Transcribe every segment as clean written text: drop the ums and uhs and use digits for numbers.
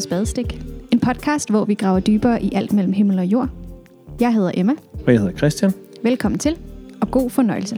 til Spadestik. En podcast, hvor vi graver dybere i alt mellem himmel og jord. Jeg hedder Emma. Og jeg hedder Christian. Velkommen til, og god fornøjelse.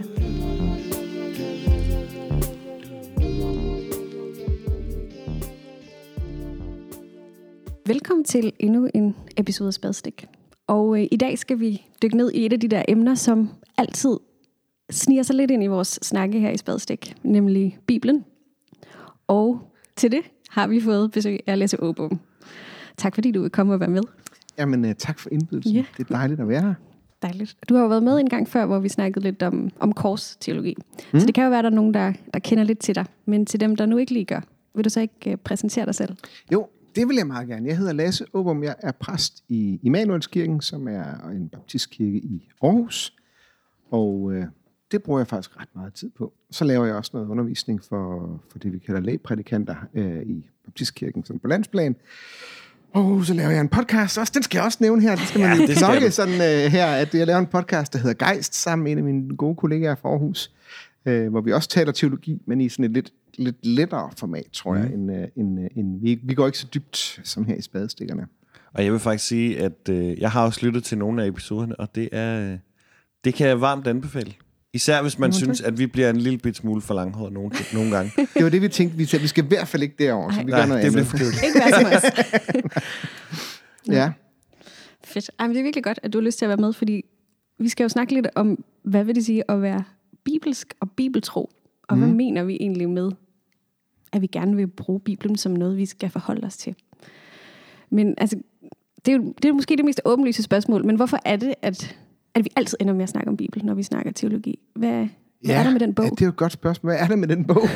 Velkommen til endnu en episode af Spadestik. Og i dag skal vi dykke ned i et af de der emner, som altid sniger sig lidt ind i vores snakke her i Spadestik, nemlig Bibelen. Og til det har vi fået besøg af Lasse Åbom. Tak fordi du vil komme og være med. Jamen, tak for indbydelsen. Ja. Det er dejligt at være her. Dejligt. Du har jo været med en gang før, hvor vi snakkede lidt om korsteologi. Så det kan jo være, at der er nogen, der kender lidt til dig. Men til dem, der nu ikke lige gør, vil du så ikke præsentere dig selv? Jo, det vil jeg meget gerne. Jeg hedder Lasse Åbom. Jeg er præst i Immanuelskirken, som er en baptistkirke i Aarhus. Og det bruger jeg faktisk ret meget tid på. Så laver jeg også noget undervisning for det, vi kalder lægprædikanter i baptistkirken, sådan på landsplan. Og så laver jeg en podcast også. Den skal jeg også nævne her. Det skal man lige snakke sådan her, at jeg laver en podcast, der hedder Geist, sammen med en af mine gode kollegaer fra Aarhus, hvor vi også taler teologi, men i sådan et lidt lettere format, tror jeg, end vi går ikke så dybt som her i Spadestikkerne. Og jeg vil faktisk sige, at jeg har også lyttet til nogle af episoderne, og det kan jeg varmt anbefale. Især hvis man synes, at vi bliver en lille bit smule for langhåret nogle gange. Det var det, vi tænkte. Vi skal i hvert fald ikke derover, så vi gør noget det bliver andet. for kedeligt. Ikke være som os. Ja. Fedt. Ej, men det er virkelig godt, at du har lyst til at være med, fordi vi skal jo snakke lidt om, hvad vil det sige at være bibelsk og bibeltro? Og hvad mener vi egentlig med, at vi gerne vil bruge Bibelen som noget, vi skal forholde os til? Men altså, det er jo måske det mest åbenlyse spørgsmål, men hvorfor er det, at vi altid ender med at snakke om Bibelen, når vi snakker teologi? Hvad er der med den bog? Ja, det er jo et godt spørgsmål. Hvad er der med den bog?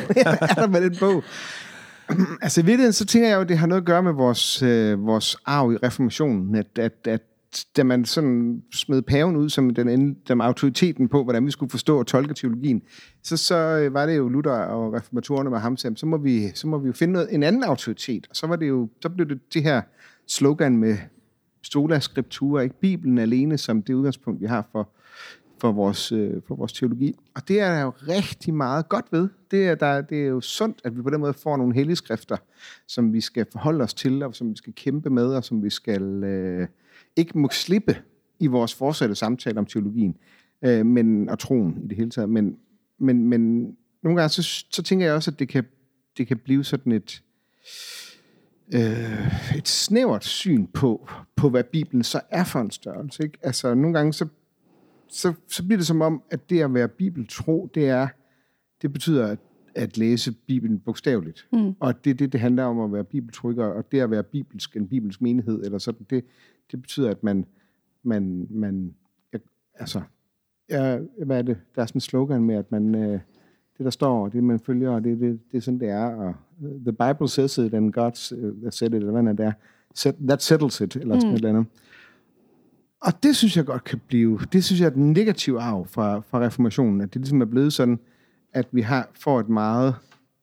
Altså i virkeligheden, så tænker jeg jo, at det har noget at gøre med vores arv i reformationen, at da man sådan smed paven ud som den autoriteten på, hvordan vi skulle forstå og tolke teologien, så var det jo Luther og reformatorerne med ham, så må vi jo finde en anden autoritet. Og så blev det her slogan med sola scriptura, ikke Bibelen alene, som det udgangspunkt, vi har for vores teologi. Og det er der jo rigtig meget godt ved. Det er jo sundt, at vi på den måde får nogle hellige skrifter, som vi skal forholde os til, og som vi skal kæmpe med, og som vi skal ikke må slippe i vores fortsatte samtale om teologien, og troen i det hele taget. Men nogle gange, så tænker jeg også, at det kan blive sådan et snævert syn på, hvad Bibelen så er for en størrelse. Ikke? Altså, nogle gange, så bliver det som om, at det at være bibeltro, det betyder at læse Bibelen bogstaveligt. Og det handler om at være bibeltro, og det at være en bibelsk menighed, eller sådan, det betyder, at man hvad er det? Der er sådan en slogan med, at man, det der står, det man følger, og det er sådan, det er, og the Bible says it, and God said it, eller hvad der that settles it, eller sådan et eller andet. Og det synes jeg godt kan blive, det synes jeg er den negative arv fra reformationen, at det ligesom er blevet sådan, at vi får et meget,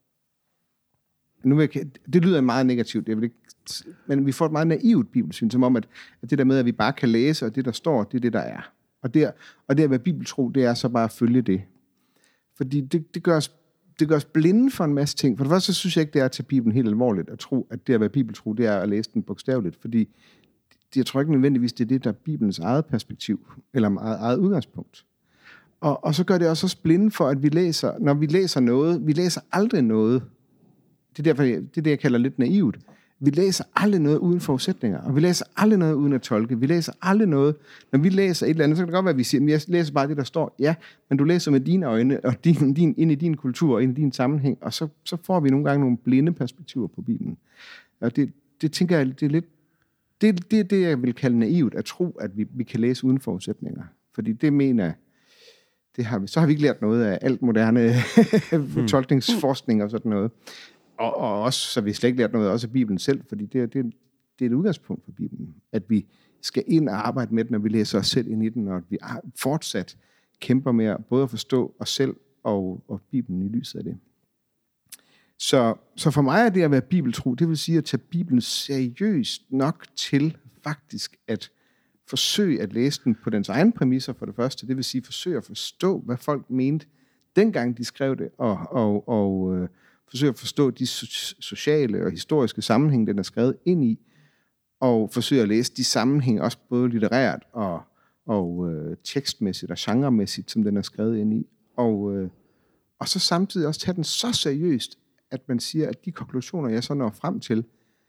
det lyder meget negativt, men vi får et meget naivt bibelsyn, som om, at det der med, at vi bare kan læse, og det der står, det er det, der er. Og det at være bibeltro, det er så bare at følge det. Fordi det gør os blinde for en masse ting. For det første, så synes jeg ikke, det er at tage Bibelen helt alvorligt, at tro, at det at være bibeltro, det er at læse den bogstaveligt. Fordi jeg tror ikke nødvendigvis, det er det, der er Bibelens eget perspektiv, eller eget udgangspunkt. Og så gør det også blinde for, at når vi læser noget, vi læser aldrig noget. Det er det, jeg kalder lidt naivt. Vi læser aldrig noget uden forudsætninger, og vi læser aldrig noget uden at tolke. Vi læser aldrig noget, når vi læser et eller andet, så kan det godt være, at vi siger, men jeg læser bare det, der står. Ja, men du læser med dine øjne, og ind i din kultur, og ind i din sammenhæng, og så får vi nogle gange nogle blinde perspektiver på Bibelen. Og det tænker jeg, det er lidt, det er det, jeg vil kalde naivt, at tro, at vi kan læse uden forudsætninger. Fordi det mener jeg, så har vi ikke lært noget af alt moderne tolkningsforskning og sådan noget. Og også, så vi slet ikke lært noget også af Bibelen selv, fordi det er et udgangspunkt for Bibelen, at vi skal ind og arbejde med den, når vi læser os selv ind i den, og at vi fortsat kæmper med både at forstå os selv og Bibelen i lyset af det. Så for mig er det at være bibeltro, det vil sige at tage Bibelen seriøst nok til faktisk at forsøge at læse den på dens egen præmisser for det første, det vil sige forsøge at forstå, hvad folk mente dengang de skrev det, og forsøger at forstå de sociale og historiske sammenhæng, den er skrevet ind i, og forsøger at læse de sammenhæng, også både litterært og tekstmæssigt og genremæssigt, som den er skrevet ind i. Og så samtidig også tage den så seriøst, at man siger, at de konklusioner, jeg så når frem til,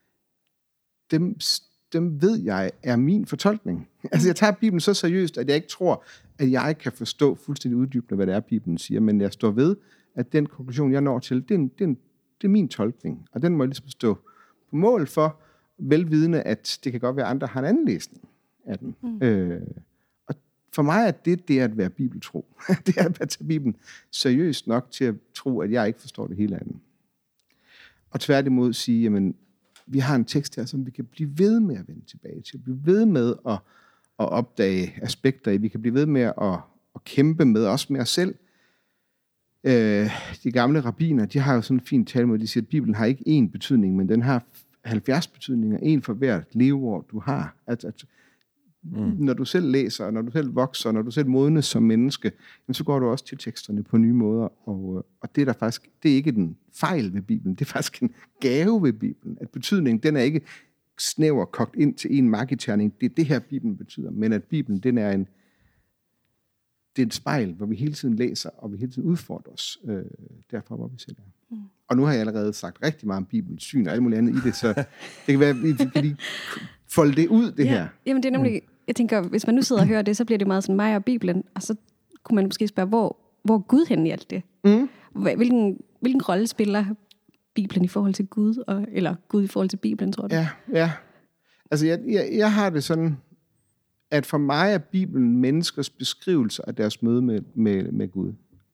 dem ved jeg er min fortolkning. Altså jeg tager Bibelen så seriøst, at jeg ikke tror, at jeg kan forstå fuldstændig uddybende, hvad det er, Bibelen siger, men jeg står ved, at den konklusion, jeg når til, det er min tolkning, og den må jeg ligesom stå på mål for, velvidende, at det kan godt være, at andre har en anden læsning af den. Og for mig er det at være bibeltro. Det er at tage Bibelen seriøst nok til at tro, at jeg ikke forstår det hele af den. Og tværtimod sige, jamen, vi har en tekst her, som vi kan blive ved med at vende tilbage til, blive ved med at opdage aspekter i, vi kan blive ved med at kæmpe med, også med os selv. De gamle rabbiner, de har jo sådan en fin talmåde, de siger, at Bibelen har ikke én betydning, men den har 70 betydninger, en for hvert leveår, du har. Når du selv læser, og når du selv vokser, og når du selv modnes som menneske, så går du også til teksterne på nye måder. Og det er der faktisk, det er ikke en fejl ved Bibelen, det er faktisk en gave ved Bibelen. At betydningen, den er ikke snæver kogt ind til en markiterning. Det er det her, Bibelen betyder. Men at Bibelen, det er et spejl, hvor vi hele tiden læser, og vi hele tiden udfordrer os. Derfor, hvor vi selv er. Og nu har jeg allerede sagt rigtig meget om Bibelens syn og alt muligt andet i det, så det kan være, at vi kan lige folde det ud, det her. Jamen det er nemlig, jeg tænker, hvis man nu sidder og hører det, så bliver det meget sådan mig og Bibelen, og så kunne man måske spørge, hvor er Gud henne i alt det? Hvilken rolle spiller Bibelen i forhold til Gud, eller Gud i forhold til Bibelen, tror du? Ja. Altså jeg har det sådan, at for mig er Bibelen menneskers beskrivelser af deres møde med Gud.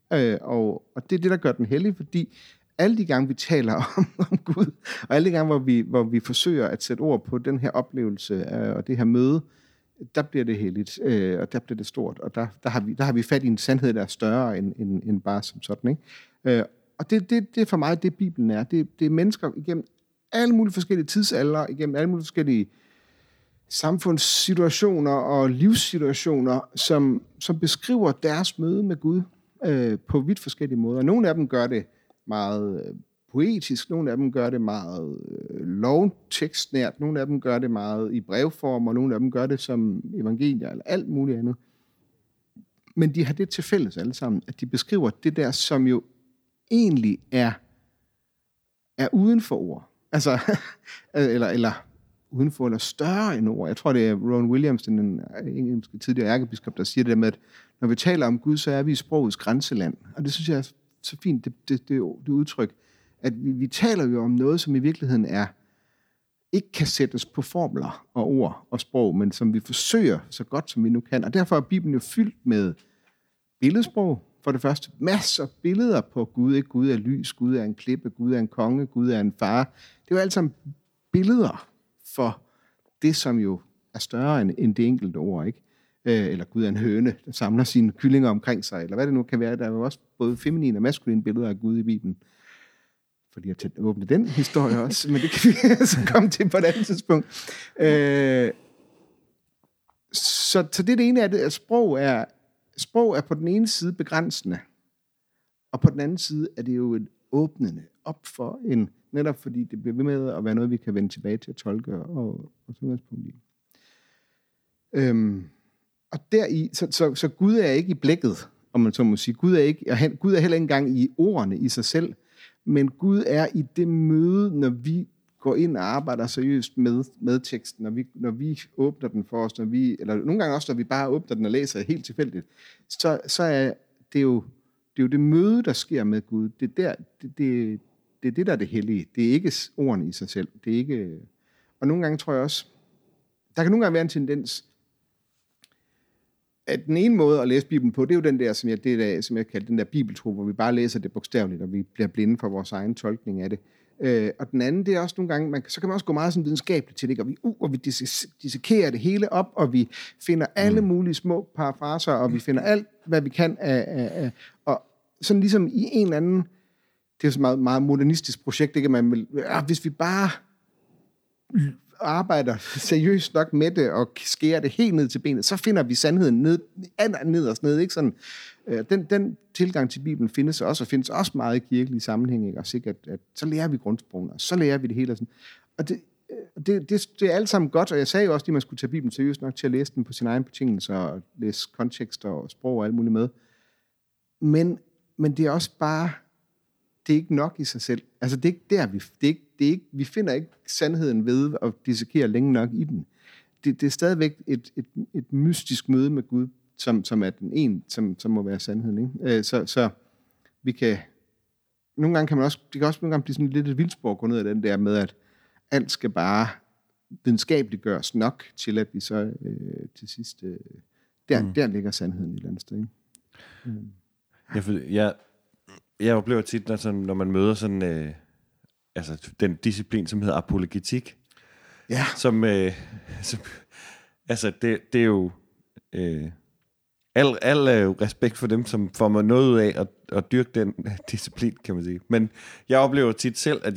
Og det er det, der gør den hellig, fordi alle de gange, vi taler om Gud, og alle de gange, hvor vi forsøger at sætte ord på den her oplevelse og det her møde, der bliver det helligt, og der bliver det stort, og der har vi fat i en sandhed, der er større end bare som sådan, ikke? Og det er for mig det, Bibelen er. Det er mennesker igennem alle mulige forskellige tidsalder, igennem alle mulige forskellige samfundssituationer og livssituationer, som beskriver deres møde med Gud på vidt forskellige måder. Nogle af dem gør det meget poetisk, nogle af dem gør det meget lovtekstnært, nogle af dem gør det meget i brevform, og nogle af dem gør det som evangelier eller alt muligt andet. Men de har det til fælles alle sammen, at de beskriver det der, som jo egentlig er uden for ord. Altså, eller uden for, eller større end ord. Jeg tror, det er Rowan Williams, den engelske tidligere ærkebiskop, der siger det der med, at når vi taler om Gud, så er vi i sprogets grænseland. Og det synes jeg er så fint, det udtryk, at vi taler jo om noget, som i virkeligheden ikke kan sættes på formler og ord og sprog, men som vi forsøger så godt, som vi nu kan. Og derfor er Bibelen jo fyldt med billedsprog. For det første, masser af billeder på Gud. Ikke? Gud er lys, Gud er en klippe, Gud er en konge, Gud er en far. Det er jo alt sammen billeder for det, som jo er større end det enkelte ord, ikke? Eller Gud er en høne, der samler sine kyllinger omkring sig, eller hvad det nu kan være. Der er jo også både feminine og maskuline billeder af Gud i Bibelen. Fordi jeg åbne den historie også, men det kan vi altså komme til på et andet tidspunkt. Så det er det ene af det, at sprog er på den ene side begrænsende, og på den anden side er det jo et åbnende op for netop fordi det bliver ved med at være noget, vi kan vende tilbage til at tolke og sådan noget punkt i. Og deri, så Gud er ikke i blækket, om man så må sige. Gud er heller ikke engang i ordene i sig selv, men Gud er i det møde, når vi går ind og arbejder seriøst med teksten, når vi åbner den for os, eller nogle gange også, når vi bare åbner den og læser helt tilfældigt, så er det jo det møde, der sker med Gud. Det er det, der er det hellige. Det er ikke ordene i sig selv. Det er ikke. Og nogle gange tror jeg også, der kan nogle gange være en tendens, at den ene måde at læse Bibelen på, det er jo den der, som jeg kalder den der bibeltro, hvor vi bare læser det bogstaveligt, og vi bliver blinde for vores egen tolkning af det. Og den anden, det er også nogle gange, så kan man også gå meget sådan videnskabeligt til det, og vi dissekerer det hele op, og vi finder alle mulige små parafraser, og vi finder alt, hvad vi kan og sådan ligesom i en eller anden, det er jo så meget, meget modernistisk projekt, ikke? Hvis vi bare arbejder seriøst nok med det, og skærer det helt ned til benet, så finder vi sandheden nederst ned, ikke sådan? Den tilgang til Bibelen findes også meget i kirkelige sammenhæng, ikke? Også, ikke? At så lærer vi grundsprogene, og så lærer vi det hele og sådan. Og det er alt sammen godt, og jeg sagde jo også, at man skulle tage Bibelen seriøst nok til at læse den på sin egen betingelser, og læse kontekster og sprog og alt muligt med. Men det er også bare, det er ikke nok i sig selv. Altså, det er ikke der, vi finder ikke sandheden ved at dissekere længe nok i den. Det er stadigvæk et mystisk møde med Gud, som er den en, som må være sandheden, ikke? Så vi kan, nogle gange det kan også nogle gange blive sådan lidt et vildspor at gå ned af den der med, at alt skal bare videnskabeligt gøres nok til, at vi så til sidst, der ligger sandheden et eller andet sted, ikke? Jeg oplever tit, når man møder sådan, den disciplin, som hedder apologetik, som det er jo al respekt for dem, som får mig noget ud af at dyrke den disciplin, kan man sige. Men jeg oplever tit selv, at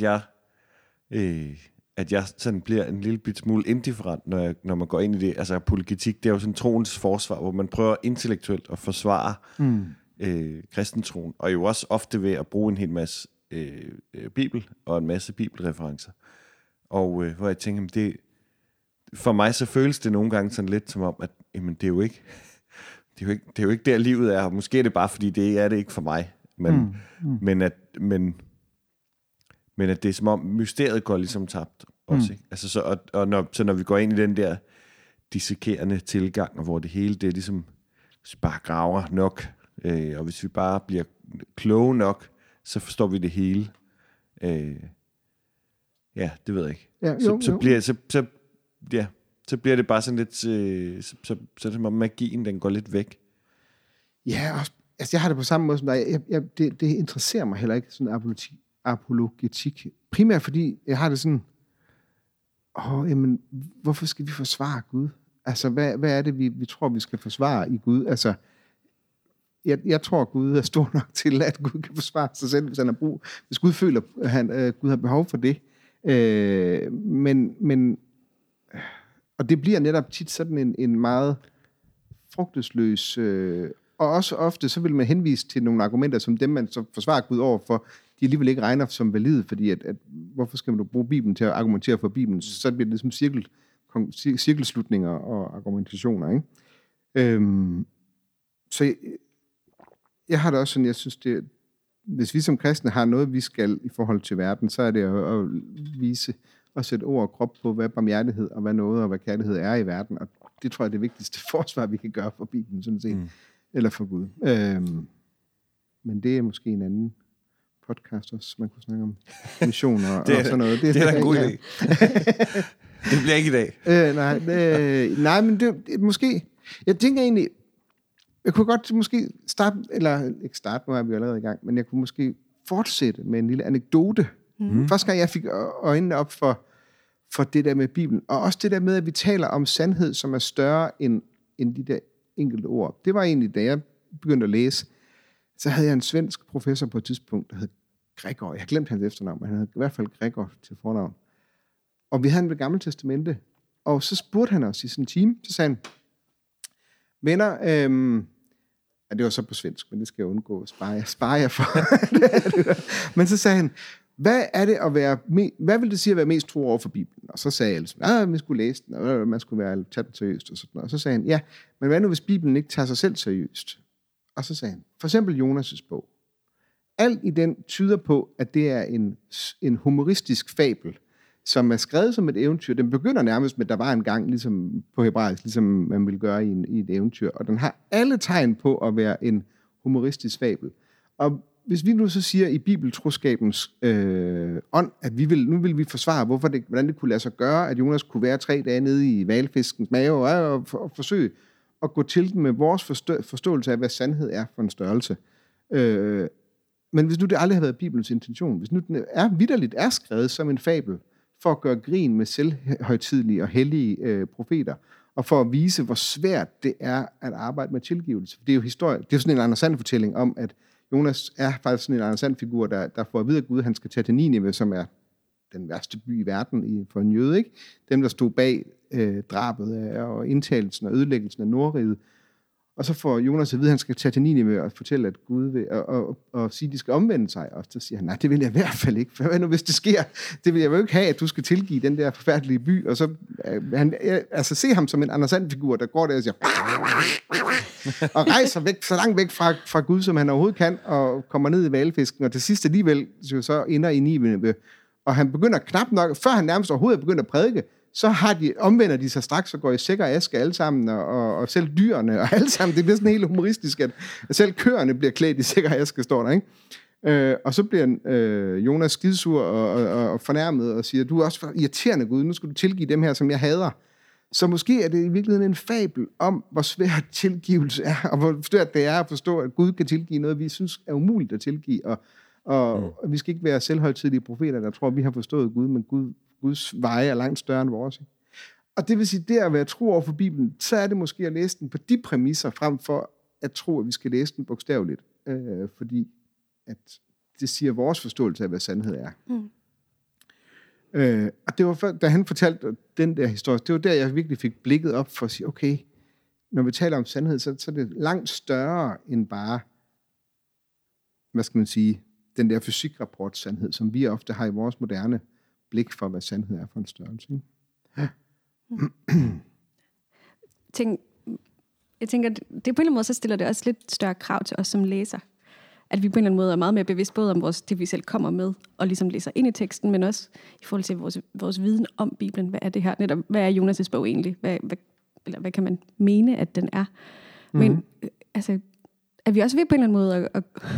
jeg sådan bliver en lille bit smule indifferent, når man går ind i det. Altså apologetik, det er jo sådan troens forsvar, hvor man prøver intellektuelt at forsvare kristentroen, og jo også ofte ved at bruge en hel masse bibel og en masse bibelreferencer. Og hvor jeg tænker, for mig så føles det nogle gange sådan lidt som om, at jamen, det er jo ikke der livet er. Måske er det bare fordi det er det ikke for mig, men at det er som om mysteriet går ligesom tabt også, ikke? Altså så når vi går ind i den der dissekerende tilgang, hvor det hele det er ligesom bare graver nok, og hvis vi bare bliver kloge nok, så forstår vi det hele. Det ved jeg ikke. Så bliver det bare sådan lidt, så som om magien den går lidt væk. Ja, altså jeg har det på samme måde som dig. Det interesserer mig heller ikke, sådan apologetik. Primært fordi jeg har det sådan, jamen, hvorfor skal vi forsvare Gud? Altså, hvad er det, vi tror, vi skal forsvare i Gud? Altså, jeg tror, Gud er stor nok til, at Gud kan forsvare sig selv, hvis han har brug. Hvis Gud føler, at Gud har behov for det. Men og det bliver netop tit sådan en meget frugtesløs, og også ofte, så vil man henvise til nogle argumenter, som dem, man så forsvarer Gud over for, de alligevel ikke regner som valide, fordi at hvorfor skal man bruge Bibelen til at argumentere for Bibelen? Så bliver det som cirkelslutninger og argumentationer, ikke? Så jeg har det også sådan, jeg synes, hvis vi som kristne har noget, vi skal i forhold til verden, så er det at vise og sætte ord og krop på, hvad barmhjertighed og hvad noget og hvad kærlighed er i verden. Og det tror jeg er det vigtigste forsvar, vi kan gøre for Bibelen, sådan set. Eller for Gud. Men det er måske en anden podcast også, man kunne snakke om missioner og sådan noget. Det er da en god idé. Det bliver ikke i dag. Nej, men det måske... Jeg tænker egentlig, jeg kunne godt måske starte, eller ikke starte, nu er vi allerede i gang, men jeg kunne måske fortsætte med en lille anekdote. Første gang jeg fik øjnene op for det der med Bibelen, og også det der med, at vi taler om sandhed, som er større end de der enkelte ord. Det var egentlig, da jeg begyndte at læse, så havde jeg en svensk professor på et tidspunkt, der hed Gregor. Jeg har glemt hans efternavn, men han havde i hvert fald Gregor til fornavn. Og vi havde en ved Gamle Testamente, og så spurgte han os i sådan en time, så sagde han, venner, det var så på svensk, men det skal jeg undgå, spare jeg for. Men så sagde han, hvad vil det sige at være mest tro over for Bibelen? Og så sagde jeg, at man skulle læse den, og man skulle tage den seriøst. Og sådan noget. Og så sagde han, ja, men hvad nu, hvis Bibelen ikke tager sig selv seriøst? Og så sagde han, for eksempel Jonas' bog. Alt i den tyder på, at det er en humoristisk fabel, som er skrevet som et eventyr. Den begynder nærmest med, at der var en gang, ligesom på hebraisk, ligesom man ville gøre i et eventyr. Og den har alle tegn på at være en humoristisk fabel. Og hvis vi nu så siger i bibeltroskabens ånd, at nu vil vi forsvare, hvordan det kunne lade sig gøre, at Jonas kunne være 3 dage nede i hvalfiskens mave og forsøge at gå til den med vores forståelse af, hvad sandhed er for en størrelse. Men hvis nu det aldrig har været Bibelens intention, hvis nu den vitterligt er skrevet som en fabel, for at gøre grin med selvhøjtidelige og hellige profeter, og for at vise, hvor svært det er at arbejde med tilgivelse. Det er jo historie. Det er jo sådan en Anders Sand-fortælling om, at Jonas er faktisk sådan en Anders Sand-figur, der får at vide af Gud, at han skal tage til Ninive, som er den værste by i verden for en jøde, ikke? Dem, der stod bag drabet og indtagelsen og ødelæggelsen af Nordriget. Og så får Jonas at vide, at han skal tage til Nineve og fortælle, at Gud vil, og sige, at de skal omvende sig. Og så siger han, nej, det vil jeg i hvert fald ikke. For hvad nu, hvis det sker? Det vil jeg jo ikke have, at du skal tilgive den der forfærdelige by. Og så se ham som en Anders And-figur, der går der og siger, og rejser væk, så langt væk fra Gud, som han overhovedet kan, og kommer ned i hvalfisken, og til sidst alligevel så ender i Nineve. Og han begynder knap nok, før han nærmest overhovedet begynder at prædike, så omvender de sig straks og går i sæk og aske alle sammen, og selv dyrene, og alle sammen. Det bliver sådan helt humoristisk, at selv køerne bliver klædt i sæk og aske, står der, ikke? Og så bliver Jonas skidsur og fornærmet og siger, du er også for irriterende, Gud, nu skal du tilgive dem her, som jeg hader. Så måske er det i virkeligheden en fabel om, hvor svært tilgivelse er, og hvor svært det er at forstå, at Gud kan tilgive noget, vi synes er umuligt at tilgive, og vi skal ikke være selvhøjtidelige profeter, der tror, vi har forstået Gud, men Guds veje er langt større end vores. Og det vil sige, det at være tro over for Bibelen, så er det måske at læse den på de præmisser, frem for at tro, at vi skal læse den bogstaveligt. Fordi at det siger vores forståelse af, hvad sandhed er. Og det var, da han fortalte den der historie, det var der, jeg virkelig fik blikket op for at sige, okay, når vi taler om sandhed, så er det langt større end bare, hvad skal man sige, den der fysikrapport sandhed, som vi ofte har i vores moderne blik for, hvad sandhed er for en størrelse. Ja. Jeg tænker, det på en eller anden måde, så stiller det også lidt større krav til os som læser. At vi på en eller anden måde er meget mere bevidst både om det, vi selv kommer med, og ligesom læser ind i teksten, men også i forhold til vores viden om Bibelen. Hvad er det her? Netop, hvad er Jonas' bog egentlig? Hvad kan man mene, at den er? Men altså, er vi også ved på en eller anden måde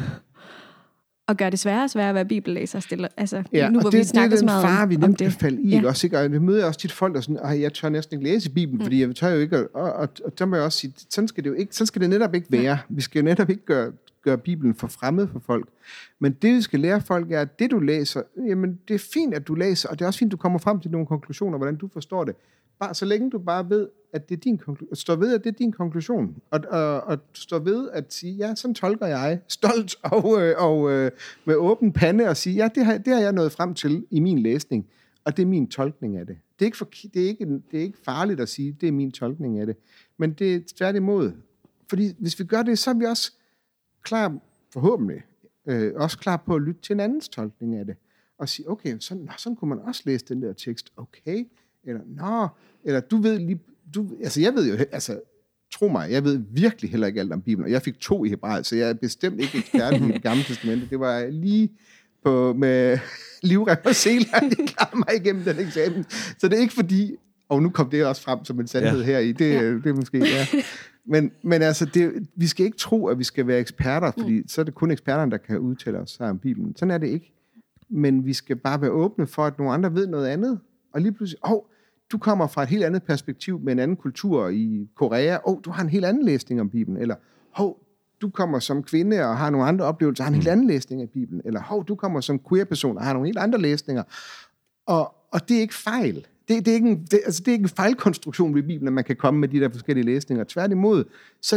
at gøre det sværere og sværere at være bibellæser stille. Altså, ja, nu hvor vi snakker så meget far, vi nemt kan det. falde i, også, ikke? Og vi møder også tit folk, der sådan, jeg tør næsten ikke læse Bibelen, fordi jeg tør jo ikke, og der må jeg også sige, sådan skal det jo ikke, sådan skal det netop ikke være. Vi skal jo netop ikke gøre Bibelen for fremmed for folk. Men det, vi skal lære folk, er, at det, du læser, jamen, det er fint, at du læser, og det er også fint, at du kommer frem til nogle konklusioner, hvordan du forstår det. Bare, så længe du bare ved, at det er din konklusion, står ved, at det er din konklusion, og står ved at sige, ja, sådan tolker jeg, stolt og med åben pande, og sige, ja, det har jeg nået frem til i min læsning, og det er min tolkning af det. Det er ikke farligt at sige, det er min tolkning af det, men det er tværtimod. Fordi hvis vi gør det, så er vi også klar, forhåbentlig, også klar på at lytte til en andens tolkning af det, og sige, okay, sådan kunne man også læse den der tekst, okay, eller du ved lige, jeg ved jo, tro mig, jeg ved virkelig heller ikke alt om Bibelen, og jeg fik 2 i hebraisk, så jeg er bestemt ikke ekspert i det gamle testamente. Det var lige med livrem og seler, jeg klarede mig igennem den eksamen. Så det er ikke fordi, og nu kom det også frem som en sandhed her i, det er måske, ja. Men altså, vi skal ikke tro, at vi skal være eksperter, fordi så er det kun eksperterne, der kan udtale os her om Bibelen. Sådan er det ikke. Men vi skal bare være åbne for, at nogle andre ved noget andet, og lige pludselig, du kommer fra et helt andet perspektiv med en anden kultur i Korea. Du har en helt anden læsning om Bibelen. Eller, du kommer som kvinde og har nogle andre oplevelser, har en helt anden læsning af Bibelen. Eller, du kommer som queer-person og har nogle helt andre læsninger. Og det er ikke fejl. Det er ikke en fejlkonstruktion ved Bibelen, at man kan komme med de der forskellige læsninger. Tværtimod, så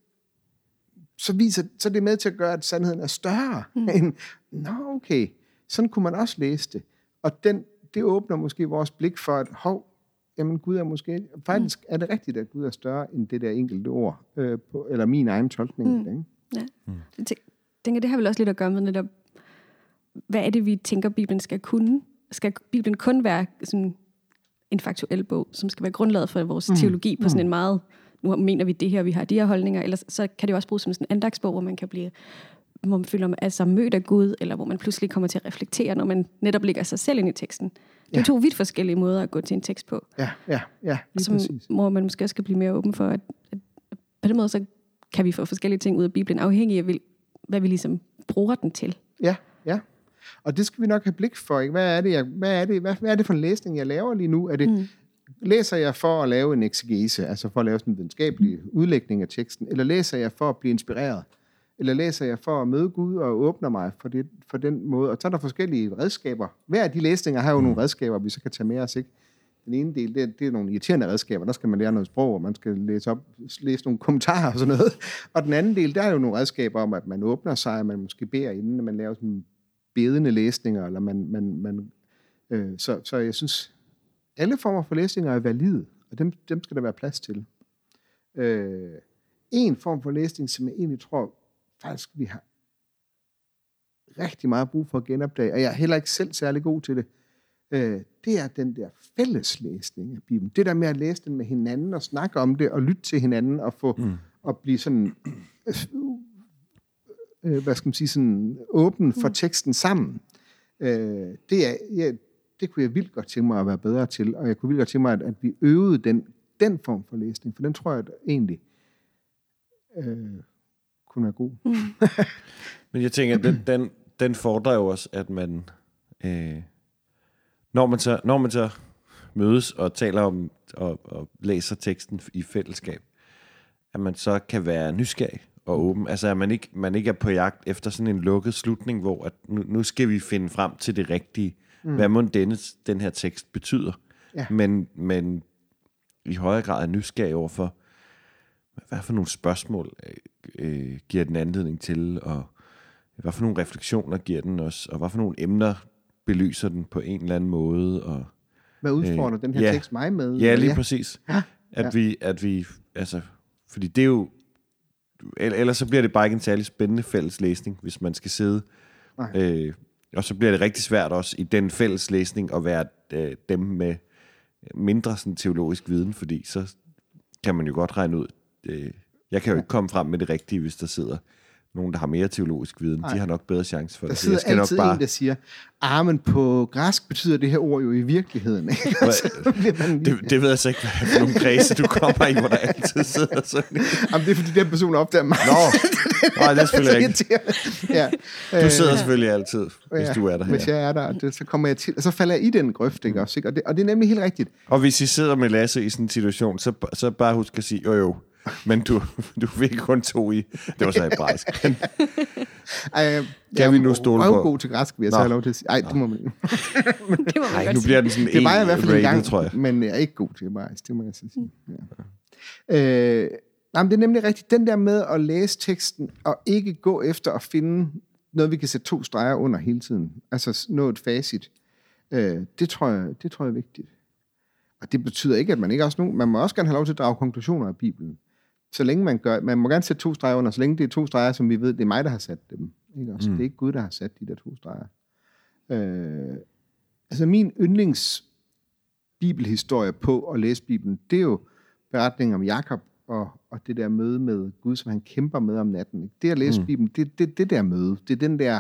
er det med til at gøre, at sandheden er større end, okay, sådan kunne man også læse det. Og det åbner måske vores blik for, at jamen Gud er måske, faktisk er det rigtigt, at Gud er større end det der enkelte ord, eller min egen tolkning. Ikke? Ja. Jeg tænker, det har vel også lidt at gøre med netop, hvad er det, vi tænker, Bibelen skal kunne? Skal Bibelen kun være sådan en faktuel bog, som skal være grundlaget for vores teologi på sådan en meget, nu mener vi det her, vi har de her holdninger, eller så kan det også bruges som sådan en andagsbog, hvor man føler sig mødt af Gud, eller hvor man pludselig kommer til at reflektere, når man netop lægger sig selv ind i teksten. Det er 2 vidt forskellige måder at gå til en tekst på. Ja, som, hvor man måske også skal blive mere åben for, at på den måde, så kan vi få forskellige ting ud af Bibelen, afhængig af, hvad vi ligesom bruger den til. Ja. Og det skal vi nok have blik for, ikke? Hvad er det for en læsning, jeg laver lige nu? Læser jeg for at lave en exegese, altså for at lave sådan en videnskabelig udlægning af teksten, eller læser jeg for at blive inspireret? Eller læser jeg for at møde Gud og åbner mig for den måde? Og så er der forskellige redskaber. Hver af de læsninger har jo nogle redskaber, vi så kan tage med os, ikke? Den ene del, det er nogle irriterende redskaber. Der skal man lære noget sprog, og man skal læse nogle kommentarer og sådan noget. Og den anden del, der er jo nogle redskaber om, at man åbner sig, og man måske beder, inden man laver sådan bedende læsninger, eller man Så jeg synes, alle former for læsninger er valide, og dem skal der være plads til. En form for læsning, som jeg egentlig tror, faktisk vi har rigtig meget brug for at genopdage, og jeg er heller ikke selv særlig god til det, det er den der fælleslæsning af Bibelen. Det der med at læse den med hinanden, og snakke om det, og lytte til hinanden, og få at blive sådan, hvad skal man sige, sådan åben for teksten sammen. Det kunne jeg vildt godt tænke mig at være bedre til, og jeg kunne vildt godt tænke mig, at vi øvede den form for læsning, for den tror jeg at egentlig kunne være god. Men jeg tænker, at den fordrer jo også, at man, når man så mødes og taler om og læser teksten i fællesskab, at man så kan være nysgerrig og åben. Altså at man ikke er på jagt efter sådan en lukket slutning, hvor at nu skal vi finde frem til det rigtige. Hvad må den her tekst betyder. Ja. Men i højere grad er nysgerrig overfor, hvad for nogle spørgsmål giver den anledning til, og hvad for nogle refleksioner giver den os, og hvad for nogle emner belyser den på en eller anden måde. Og, hvad udfordrer den her tekst mig med? Ja, lige præcis. Ja. At vi, altså, fordi det er jo, ellers så bliver det bare ikke en særlig spændende fælles læsning, hvis man skal sidde. Og så bliver det rigtig svært også i den fælles læsning at være dem med mindre sådan teologisk viden, fordi så kan man jo godt regne ud. Jeg kan jo ikke komme frem med det rigtige, hvis der sidder nogen, der har mere teologisk viden. De har nok bedre chance for det. Der sidder altid en, der siger, men på græsk betyder det her ord jo i virkeligheden. Ikke? Det ved jeg så ikke, hvad for nogle kredse du kommer i, hvor der altid sidder sådan. Jamen, det er fordi, den person opdager mig. Nej, det er selvfølgelig ikke. Ja. Du sidder selvfølgelig altid, hvis du er der her. Hvis jeg er der, så kommer jeg til, og så falder jeg i den grøft, ikke også? Ikke? Og det er nemlig helt rigtigt. Og hvis I sidder med Lasse i sådan en situation, så bare husk at sige, jo, men du fik kun 2 i. Det var så hebraisk. Kan vi nu stole på? Jeg er god til græsk, vil jeg så have lov til at sige. Ej, det må man ikke. Nu bliver den sådan det er bare i hvert fald en gang, tror jeg. Men jeg er ikke god til hebraisk, det må jeg så sige. Ja. Men det er nemlig rigtigt. Den der med at læse teksten, og ikke gå efter at finde noget, vi kan sætte 2 streger under hele tiden. Altså nå et facit. Det tror jeg er vigtigt. Og det betyder ikke, at man ikke også man må også gerne have lov til at drage konklusioner af Bibelen. Så længe man må gerne sætte 2 streger under, så længe det er 2 streger, som vi ved, det er mig, der har sat dem. Ikke? Det er ikke Gud, der har sat de der 2 streger. Altså min yndlings bibelhistorie på at læse Bibelen, det er jo beretningen om Jakob og det der møde med Gud, som han kæmper med om natten. Ikke? Det at læse Bibelen, det der møde, det er den der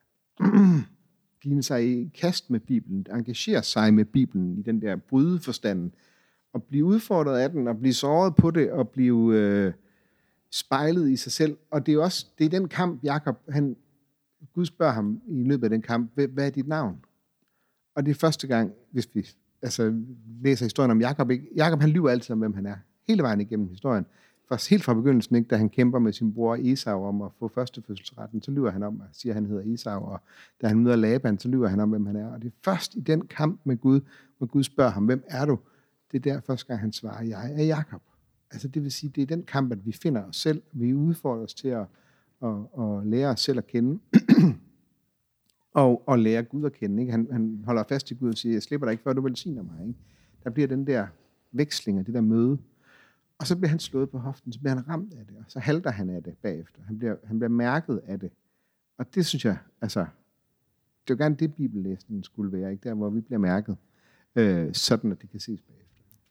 give sig i kast med Bibelen, engagere sig med Bibelen i den der brydeforstanden, og blive udfordret af den, og blive såret på det, og blive spejlet i sig selv. Og det er den kamp, Jakob, Gud spørger ham i løbet af den kamp, hvad er dit navn? Og det er første gang, hvis vi læser historien om Jakob. Jakob, han lyver altid om, hvem han er. Hele vejen igennem historien. Først helt fra begyndelsen, ikke, da han kæmper med sin bror Esau om at få førstefødselsretten, så lyver han om, at siger, at han hedder Esau, og da han møder Laban, så lyver han om, hvem han er. Og det er først i den kamp med Gud, hvor Gud spørger ham, hvem er du? Det er der første gang, han svarer, jeg er Jakob. Altså det vil sige, det er den kamp, at vi finder os selv, vi udfordrer os til at lære os selv at kende, og lære Gud at kende. Ikke? Han holder fast i Gud og siger, jeg slipper dig ikke, før du velsigner mig. Ikke? Der bliver den der veksling, det der møde. Og så bliver han slået på hoften, så bliver han ramt af det, og så halter han af det bagefter. Han bliver mærket af det. Og det synes jeg, det er jo gerne det, bibellæsningen skulle være, ikke? Der hvor vi bliver mærket, sådan at det kan ses bagefter.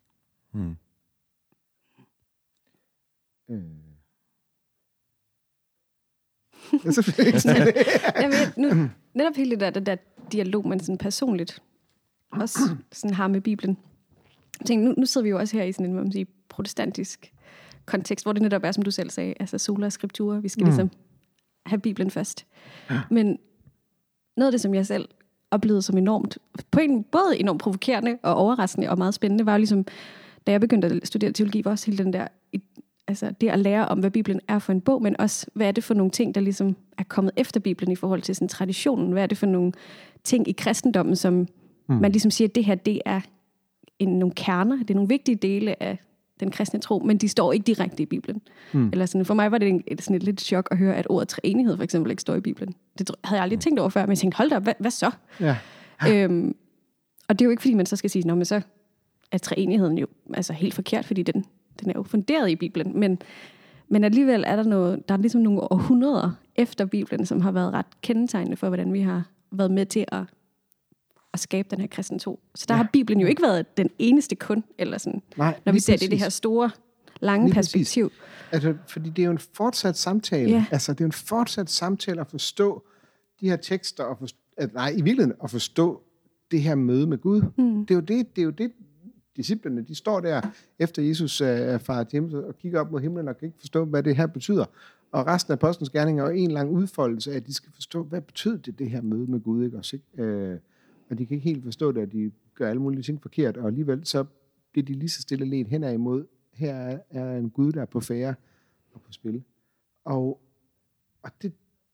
Netop hele det der dialog, man sådan personligt også sådan har med Bibelen. Jeg tænker, nu sidder vi jo også her i sådan en protestantisk kontekst, hvor det netop er, som du selv sagde, altså sola scriptura, vi skal ligesom have Bibelen først. Ja. Men noget af det, som jeg selv oplevede som enormt, både enormt provokerende og overraskende og meget spændende, var jo ligesom, da jeg begyndte at studere teologi, var også hele den der, altså det at lære om, hvad Bibelen er for en bog, men også, hvad er det for nogle ting, der ligesom er kommet efter Bibelen i forhold til sådan traditionen? Hvad er det for nogle ting i kristendommen, som man ligesom siger, at det her, det er nogle kerner, det er nogle vigtige dele af den kristne tro, men de står ikke direkte i Bibelen. Eller sådan, for mig var det sådan et lidt chok at høre, at ordet treenighed for eksempel ikke står i Bibelen. Det havde jeg aldrig tænkt over før, men jeg tænkte, hold da op, hvad så? Ja. Og det er jo ikke, fordi man så skal sige, men så er treenigheden jo altså helt forkert, fordi den er jo funderet i Bibelen. Men alligevel er der er ligesom nogle århundreder efter Bibelen, som har været ret kendetegnende for, hvordan vi har været med til at skabe den her kristen tro. Så der har Bibelen jo ikke været den eneste kun, eller sådan, Nej, når vi ser det her store, lange perspektiv. Altså, fordi det er jo en fortsat samtale. Ja. Altså, det er jo en fortsat samtale at forstå de her tekster, og i virkeligheden at forstå det her møde med Gud. Det er jo det, disciplene, de står der, efter Jesus er faret hjem, og kigger op mod himlen, og kan ikke forstå, hvad det her betyder. Og resten af apostlenes gerninger er jo en lang udfoldelse af, at de skal forstå, hvad betyder det her møde med Gud, ikke også? Ikke? Og de kan ikke helt forstå det, at de gør alle mulige ting forkert, og alligevel så bliver de lige så stille ledt hen imod, her er en Gud, der er på færde og på spil. Og det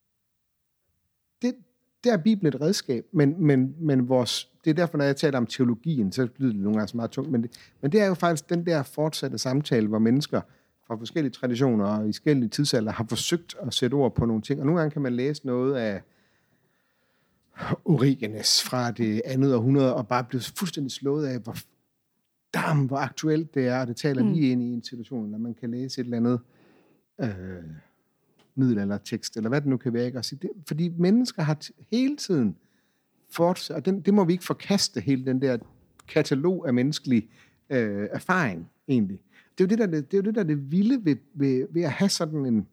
er Bibelen et redskab, men det er derfor, når jeg taler om teologien, så lyder det nogle gange så meget tungt, men det er jo faktisk den der fortsatte samtale, hvor mennesker fra forskellige traditioner og i forskellige tidsalder har forsøgt at sætte ord på nogle ting, og nogle gange kan man læse noget af Origenes fra det andet århundrede, og bare blive fuldstændig slået af, hvor aktuelt det er, og det taler lige ind i en situation, når man kan læse et eller andet middelaldertekst, eller hvad det nu kan være, ikke? Og sige det, fordi mennesker har hele tiden fortsat, og det må vi ikke forkaste, hele den der katalog af menneskelig erfaring, egentlig. Det er jo det, der er det vilde ved at have sådan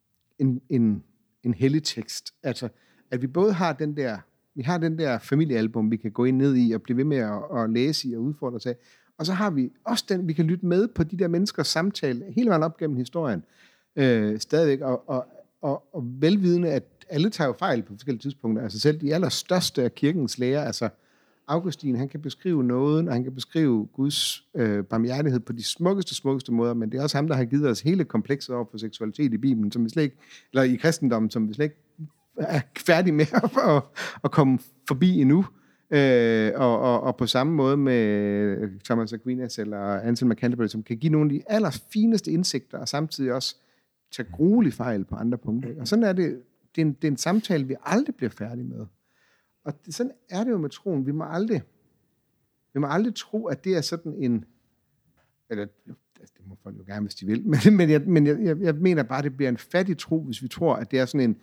en hellig tekst. Altså, at vi både har den der familiealbum, vi kan gå ind ned i og blive ved med at læse i og udfordre sig. Og så har vi også den, vi kan lytte med på de der menneskers samtale hele vejen op gennem historien. Stadigvæk, og velvidende, at alle tager jo fejl på forskellige tidspunkter. Altså selv de allerstørste af kirkens lærer, altså Augustin, han kan beskrive nåden, og han kan beskrive Guds barmhjertighed på de smukkeste måder, men det er også ham, der har givet os hele komplekset over for seksualitet i Bibelen, som vi slet ikke, eller i kristendommen, som vi slet ikke er færdige med at komme forbi endnu. Og på samme måde med Thomas Aquinas eller Anselm af Canterbury, som kan give nogle af de allerfineste indsigter, og samtidig også tage gruelig fejl på andre punkter. Og sådan er det. Det er en samtale, vi aldrig bliver færdige med. Og sådan er det jo med troen. Vi må aldrig tro, at det er sådan en, eller det må folk jo gerne, hvis de vil, men jeg mener bare, at det bliver en fattig tro, hvis vi tror, at det er sådan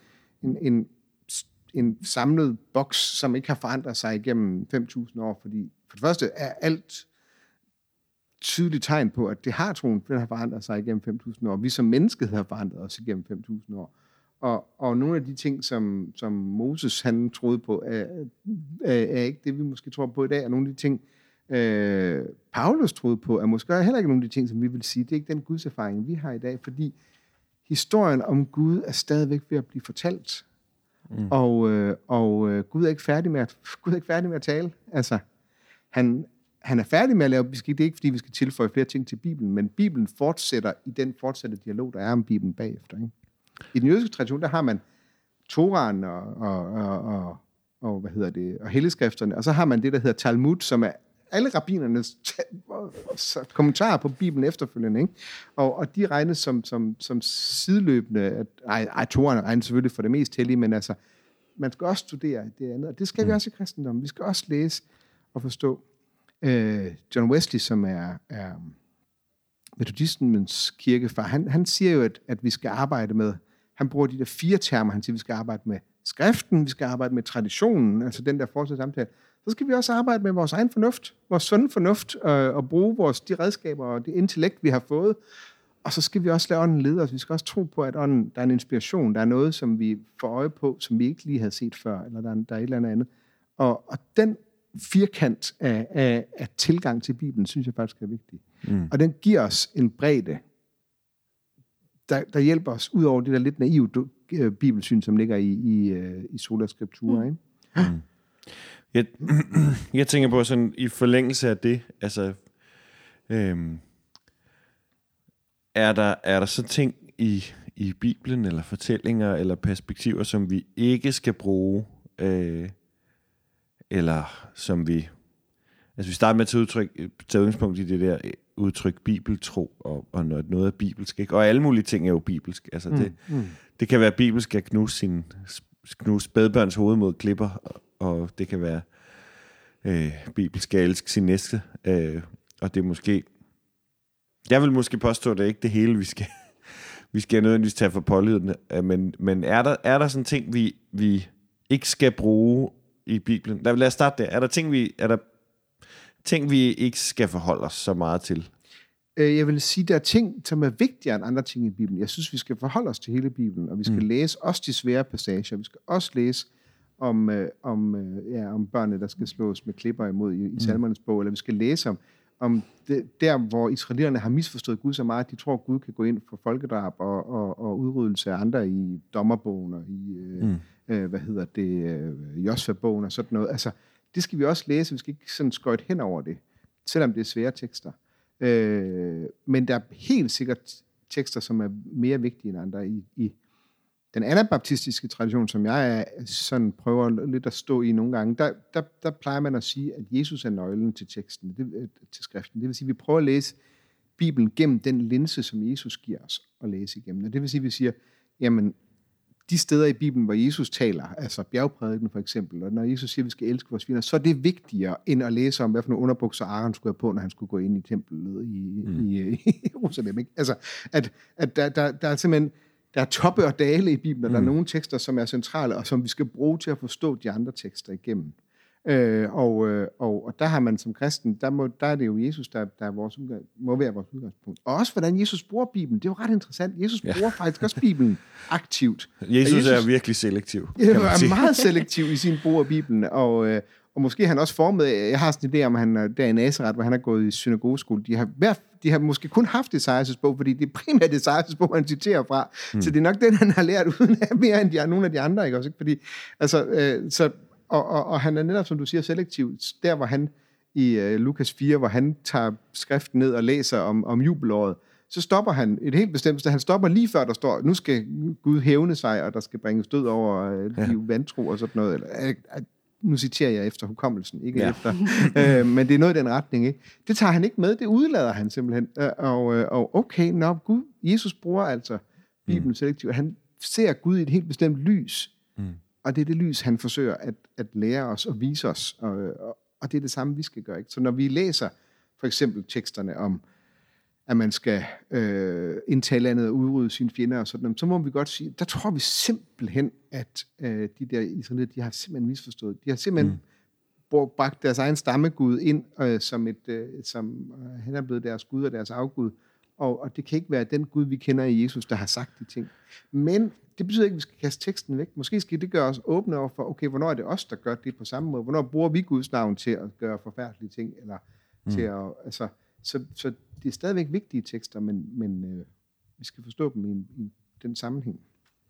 en samlet boks, som ikke har forandret sig igennem 5.000 år, fordi for det første er alt tydeligt tegn på, at det har troen, den har forandret sig igennem 5.000 år. Vi som mennesket har forandret os igennem 5.000 år. Og nogle af de ting, som Moses han troede på, er ikke det, vi måske tror på i dag, og nogle af de ting, Paulus troede på, er måske heller ikke nogle af de ting, som vi vil sige. Det er ikke den Guds erfaring, vi har i dag, fordi historien om Gud er stadigvæk ved at blive fortalt. Og Gud er ikke færdig med at tale. Altså, han er færdig med at lave besked. Det er ikke, fordi vi skal tilføje flere ting til Bibelen, men Bibelen fortsætter i den fortsatte dialog, der er om Bibelen bagefter. Ikke? I den jødiske tradition, der har man Toraen og helligskrifterne, og så har man det, der hedder Talmud, som er alle rabbinernes kommentarer på Bibelen efterfølgende, ikke? Og de regnes som sideløbende, Toraen regnes selvfølgelig for det mest hellige, men altså, man skal også studere det andet, og det skal vi også i kristendommen. Vi skal også læse og forstå. John Wesley, som er metodistens kirkefar, han siger jo, at vi skal arbejde med, han bruger de der 4 termer, han siger, vi skal arbejde med skriften, vi skal arbejde med traditionen, altså den der fortsatte samtale. Så skal vi også arbejde med vores egen fornuft, vores sunde fornuft, og bruge de redskaber og det intellekt, vi har fået. Og så skal vi også lade ånden lede os. Vi skal også tro på, at ånden, der er en inspiration, der er noget, som vi får øje på, som vi ikke lige havde set før, eller der er et eller andet. Og den firkant af tilgang til Bibelen, synes jeg faktisk er vigtig. Og den giver os en bredde, der hjælper os ud over det der lidt naive bibelsyn, som ligger i sola scriptura, ikke? Jeg tænker på sådan i forlængelse af det, altså er der så ting i Bibelen eller fortællinger eller perspektiver, som vi ikke skal bruge, eller som vi, altså vi starter med at tage udgangspunkt i det der udtryk bibeltro, og noget er bibelsk, ikke? Og alle mulige ting er jo bibelsk. Altså det kan være bibelsk at knuse spædbørns hoved mod klipper, og det kan være Bibelen skal elske sin næste. Og det er måske... Jeg vil måske påstå, at det er ikke det hele, vi skal nødvendigvis tage for pålydende. Men er der sådan ting, vi ikke skal bruge i Bibelen? Lad os starte der. Er der ting, vi ikke skal forholde os så meget til? Jeg vil sige, der er ting, som er vigtigere end andre ting i Bibelen. Jeg synes, vi skal forholde os til hele Bibelen, og vi skal læse også de svære passager. Vi skal også læse om børnene, der skal slås med klipper imod i Salmernes bog, eller vi skal læse om der, hvor israelitterne har misforstået Gud så meget, at de tror, at Gud kan gå ind for folkedrab og udryddelse af andre i dommerbogen og i, Josva-bogen og sådan noget. Altså, det skal vi også læse. Vi skal ikke sådan skøjte hen over det, selvom det er svære tekster. Men der er helt sikkert tekster, som er mere vigtige end andre. I den anabaptistiske tradition, som jeg sådan prøver lidt at stå i nogle gange, der plejer man at sige, at Jesus er nøglen til teksten, til skriften. Det vil sige, at vi prøver at læse Bibelen gennem den linse, som Jesus giver os at læse igennem. Og det vil sige, at vi siger, jamen, de steder i Bibelen, hvor Jesus taler, altså bjergprædiken for eksempel, og når Jesus siger, at vi skal elske vores fjender, så er det vigtigere, end at læse om, hvad for nogle underbukser Aaron skulle have på, når han skulle gå ind i templet i Jerusalem. Ikke? Altså, at der er simpelthen, der er toppe og dale i Bibelen, og der er nogle tekster, som er centrale, og som vi skal bruge til at forstå de andre tekster igennem. Og der har man som kristen, der er det jo Jesus, der er må være vores udgangspunkt. Og også hvordan Jesus bruger Bibelen, det er jo ret interessant. Jesus bruger faktisk også Bibelen aktivt. Jesus er virkelig selektiv. Han er meget selektiv i sin brug af Bibelen, og måske han også formet, jeg har sådan en idé om, at han der i Nazaret, hvor han har gået i synagogeskole, de har måske kun haft Esajas' bog, fordi det er primært Esajas' bog, han citerer fra. Så det er nok den, han har lært uden af mere end nogle af de andre, ikke også? Fordi, altså, og han er netop, som du siger, selektiv. Der, hvor han i Lukas 4, hvor han tager skriften ned og læser om jubelåret, så stopper han et helt bestemt sted. Han stopper lige før der står, nu skal Gud hævne sig, og der skal bringes død over de vantro og sådan noget. Nu citerer jeg efter hukommelsen, ikke efter. Men det er noget i den retning, ikke? Det tager han ikke med, det udlader han simpelthen. Og okay, Gud, Jesus bruger altså Bibelen selektivt. Han ser Gud i et helt bestemt lys. Og det er det lys, han forsøger at lære os og vise os. Og det er det samme, vi skal gøre. Ikke? Så når vi læser for eksempel teksterne om, at man skal indtage landet og udrydde sine fjender og sådan noget, så må vi godt sige, der tror vi simpelthen, at de der israelitter, de har simpelthen misforstået. De har simpelthen bragt deres egen stammegud ind, som han er blevet deres gud og deres afgud. Og det kan ikke være den Gud, vi kender i Jesus, der har sagt de ting. Men det betyder ikke, at vi skal kaste teksten væk. Måske skal det gøre os åbne over for, okay, hvornår er det os, der gør det på samme måde? Hvornår bruger vi Guds navn til at gøre forfærdelige ting? Eller til at, altså, så det er stadigvæk vigtige tekster, men vi skal forstå dem i den sammenhæng.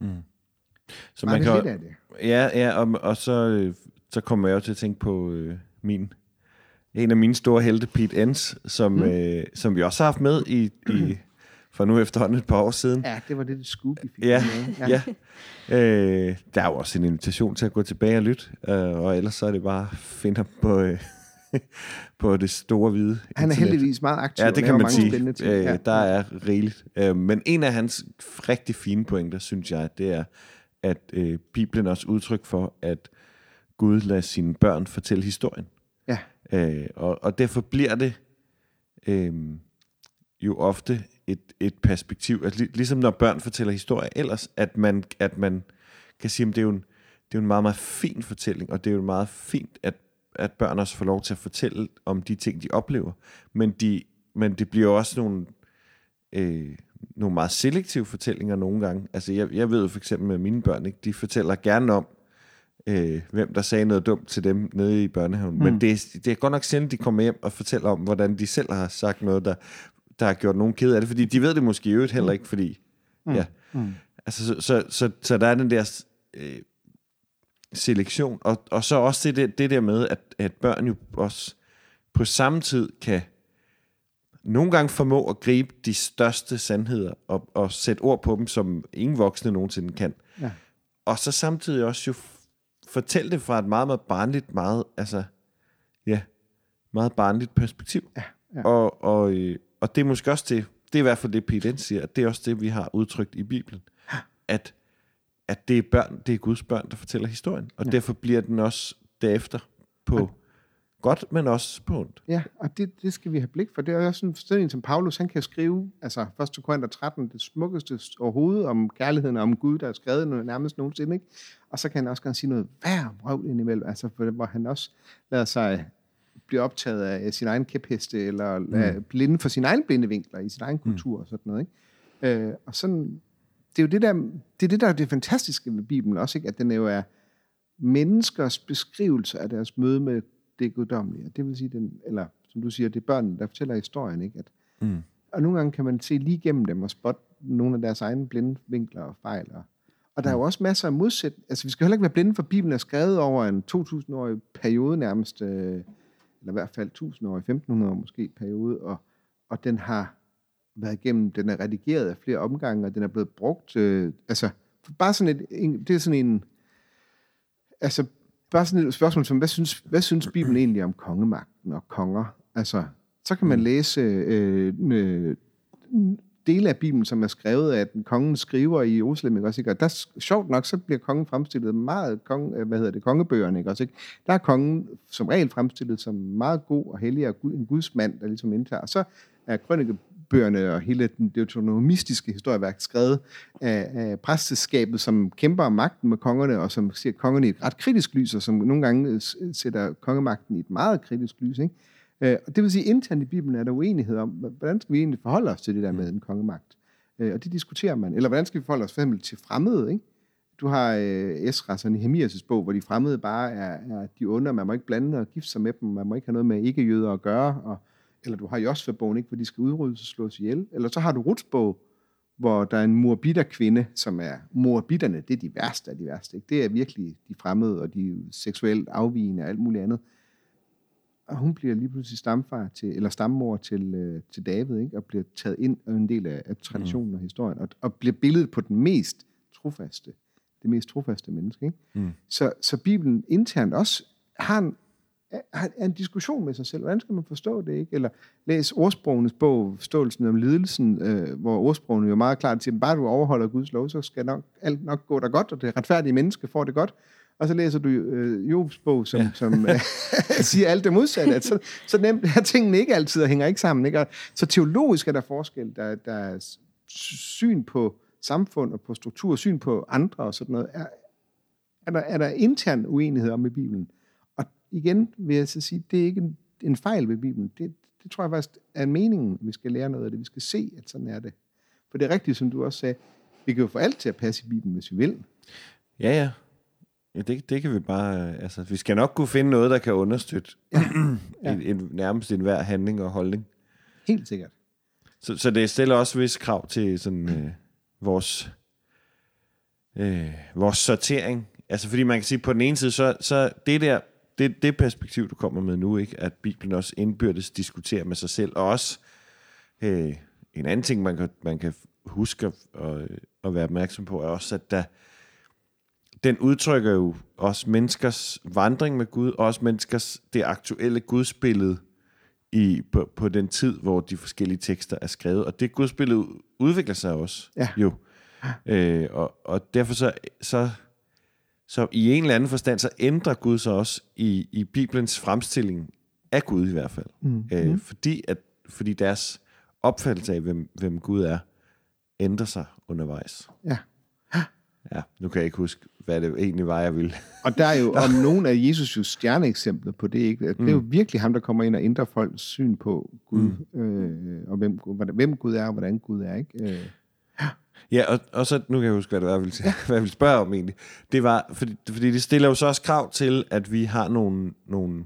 Så man kan lidt af det. Ja, og så kommer jeg jo til at tænke på en af mine store helte, Pete Enns, som vi også har haft med i for nu efterhånden et par år siden. Ja, det var det scoop, vi fik. Ja. Der er jo også en invitation til at gå tilbage og lytte, og ellers så er det bare at finde på det store hvide internet. Han er heldigvis meget aktiv. Ja, det kan man sige. Der er rigeligt. Men en af hans rigtig fine pointer, synes jeg, det er, at Bibelen er også udtryk for, at Gud lader sine børn fortælle historien. Ja. Og derfor bliver det jo ofte et perspektiv, altså ligesom når børn fortæller historier ellers, at man kan sige, at det er jo en meget, meget fin fortælling, og det er jo meget fint, at børn også får lov til at fortælle om de ting, de oplever. Men det bliver også nogle meget selektive fortællinger nogle gange. Altså jeg ved for eksempel med mine børn, ikke, de fortæller gerne om, hvem der sagde noget dumt til dem nede i børnehaven. Men det er godt nok sjældent, de kommer hjem og fortæller om, hvordan de selv har sagt noget, der har gjort nogen ked af det, fordi de ved det måske i øvrigt heller ikke, fordi altså, så der er den der selektion, og så også det der med, at børn jo også på samme tid kan nogle gange formå at gribe de største sandheder og sætte ord på dem, som ingen voksne nogensinde kan. Ja. Og så samtidig også jo fortælle det fra et meget, meget barnligt, meget barnligt perspektiv. Ja. Og det er måske også det er i hvert fald det, Pete Enns siger, at det er også det, vi har udtrykt i Bibelen, at det er børn, det er Guds børn, der fortæller historien, og derfor bliver den også derefter på godt, men også på ondt. Ja, og det skal vi have blik for. Det er også sådan en som Paulus, han kan skrive, altså 1. Korinther 13, det smukkeste overhovedet om kærligheden og om Gud, der er skrevet nærmest nogensinde, ikke? Og så kan han også gerne sige noget værd vrøvl indimellem, altså hvor han også lader sig blive optaget af sin egen kæpheste, eller blinde for sin egen blindevinkler i sin egen kultur og sådan noget, ikke? Og sådan, det er jo det der er det fantastiske ved Bibelen også, ikke? At den jo er menneskers beskrivelse af deres møde med det guddommelige. Det vil sige, eller som du siger, det er børnene, der fortæller historien, ikke? Og nogle gange kan man se lige igennem dem og spotte nogle af deres egne blinde vinkler og fejl. Og der er jo også masser af modsætninger. Altså, vi skal heller ikke være blinde, for Bibelen er skrevet over en 2000-årig periode nærmest, eller i hvert fald 1000-årig, 1500 måske periode, og den har været igennem, den er redigeret af flere omgange, og den er blevet brugt, altså, bare sådan det er sådan en, altså, bare sådan et spørgsmål som, hvad synes Bibelen egentlig om kongemagten og konger? Altså, så kan man læse dele af Bibelen, som er skrevet af den kongen skriver i Jerusalem, ikke også? Ikke? Og der, sjovt nok, så bliver kongen fremstillet meget, kongebøgerne, ikke også? Ikke? Der er kongen som regel fremstillet som meget god og hellig og en gudsmand, der ligesom indtager. Og så er krønikebøgerne og hele den deuteronomistiske historieværk skrevet af præsteskabet, som kæmper om magten med kongerne, og som ser kongerne i et ret kritisk lys, og som nogle gange sætter kongemagten i et meget kritisk lys, ikke? Og det vil sige, internt i Bibelen er der uenighed om, hvordan skal vi egentlig forholde os til det der med en kongemagt? Og det diskuterer man. Eller hvordan skal vi forholde os for eksempel til fremmede, ikke? Du har Esras og Nehemias' bog, hvor de fremmede bare er de onde, og man må ikke blande og gifte sig med dem, man må ikke have noget med ikke-jøder at gøre, eller du har Josva-bogen, ikke, hvor de skal udryddes og slås ihjel. Eller så har du Ruths bog, hvor der er en moabiter-kvinde, som er moabitterne, det er de værste af de værste. Ikke? Det er virkelig de fremmede, og de seksuelt afvigende og alt muligt andet. Og hun bliver lige pludselig stammor til David, ikke? Og bliver taget ind af en del af traditionen og historien, og bliver billedet på det mest trofaste menneske. Ikke? Så Bibelen internt også har en diskussion med sig selv. Hvordan skal man forstå det? Ikke? Eller læs ordsprogenes bog, Forståelsen om lidelsen, hvor ordsprogene jo meget klart siger, at bare du overholder Guds lov, så skal alt nok gå dig godt, og det retfærdige menneske får det godt. Og så læser du Jobs bog, som siger alt det modsatte. At så nemt er tingene ikke altid og hænger ikke sammen. Ikke? Og så teologisk er der forskel. Der er syn på samfund og på struktur, syn på andre og sådan noget. Er der intern uenighed om i Bibelen? Og igen vil jeg så sige, det er ikke en fejl ved Bibelen. Det tror jeg faktisk er meningen, vi skal lære noget af det. Vi skal se, at sådan er det. For det er rigtigt, som du også sagde, vi kan jo få alt til at passe i Bibelen, hvis vi vil. Ja, det kan vi bare, altså, vi skal nok kunne finde noget, der kan understøtte nærmest enhver handling og holdning. Helt sikkert. Så det stiller også vis krav til sådan vores sortering. Altså fordi man kan sige, på den ene side, så det perspektiv, du kommer med nu, ikke, at Bibelen også indbyrdes diskuterer med sig selv, og også en anden ting, man kan huske og være opmærksom på, er også, at den udtrykker jo også menneskers vandring med Gud, og også menneskers det aktuelle gudsbillede på den tid, hvor de forskellige tekster er skrevet. Og det gudsbillede udvikler sig også. Ja. Jo. Og derfor så i en eller anden forstand, så ændrer Gud sig også i Bibelens fremstilling af Gud i hvert fald. Fordi deres opfattelse af, hvem Gud er, ændrer sig undervejs. Ja. Ja, nu kan jeg ikke huske, hvad det egentlig var, jeg ville. Og der er jo om nogle af Jesus' stjerneeksempler på det, ikke? Det er jo virkelig ham, der kommer ind og ændrer folks syn på Gud, og hvem Gud er, og hvordan Gud er, ikke? Ja, og så, nu kan jeg huske, hvad det var, hvad jeg ville spørge om egentlig. Det var, fordi det stiller jo så også krav til, at vi har nogle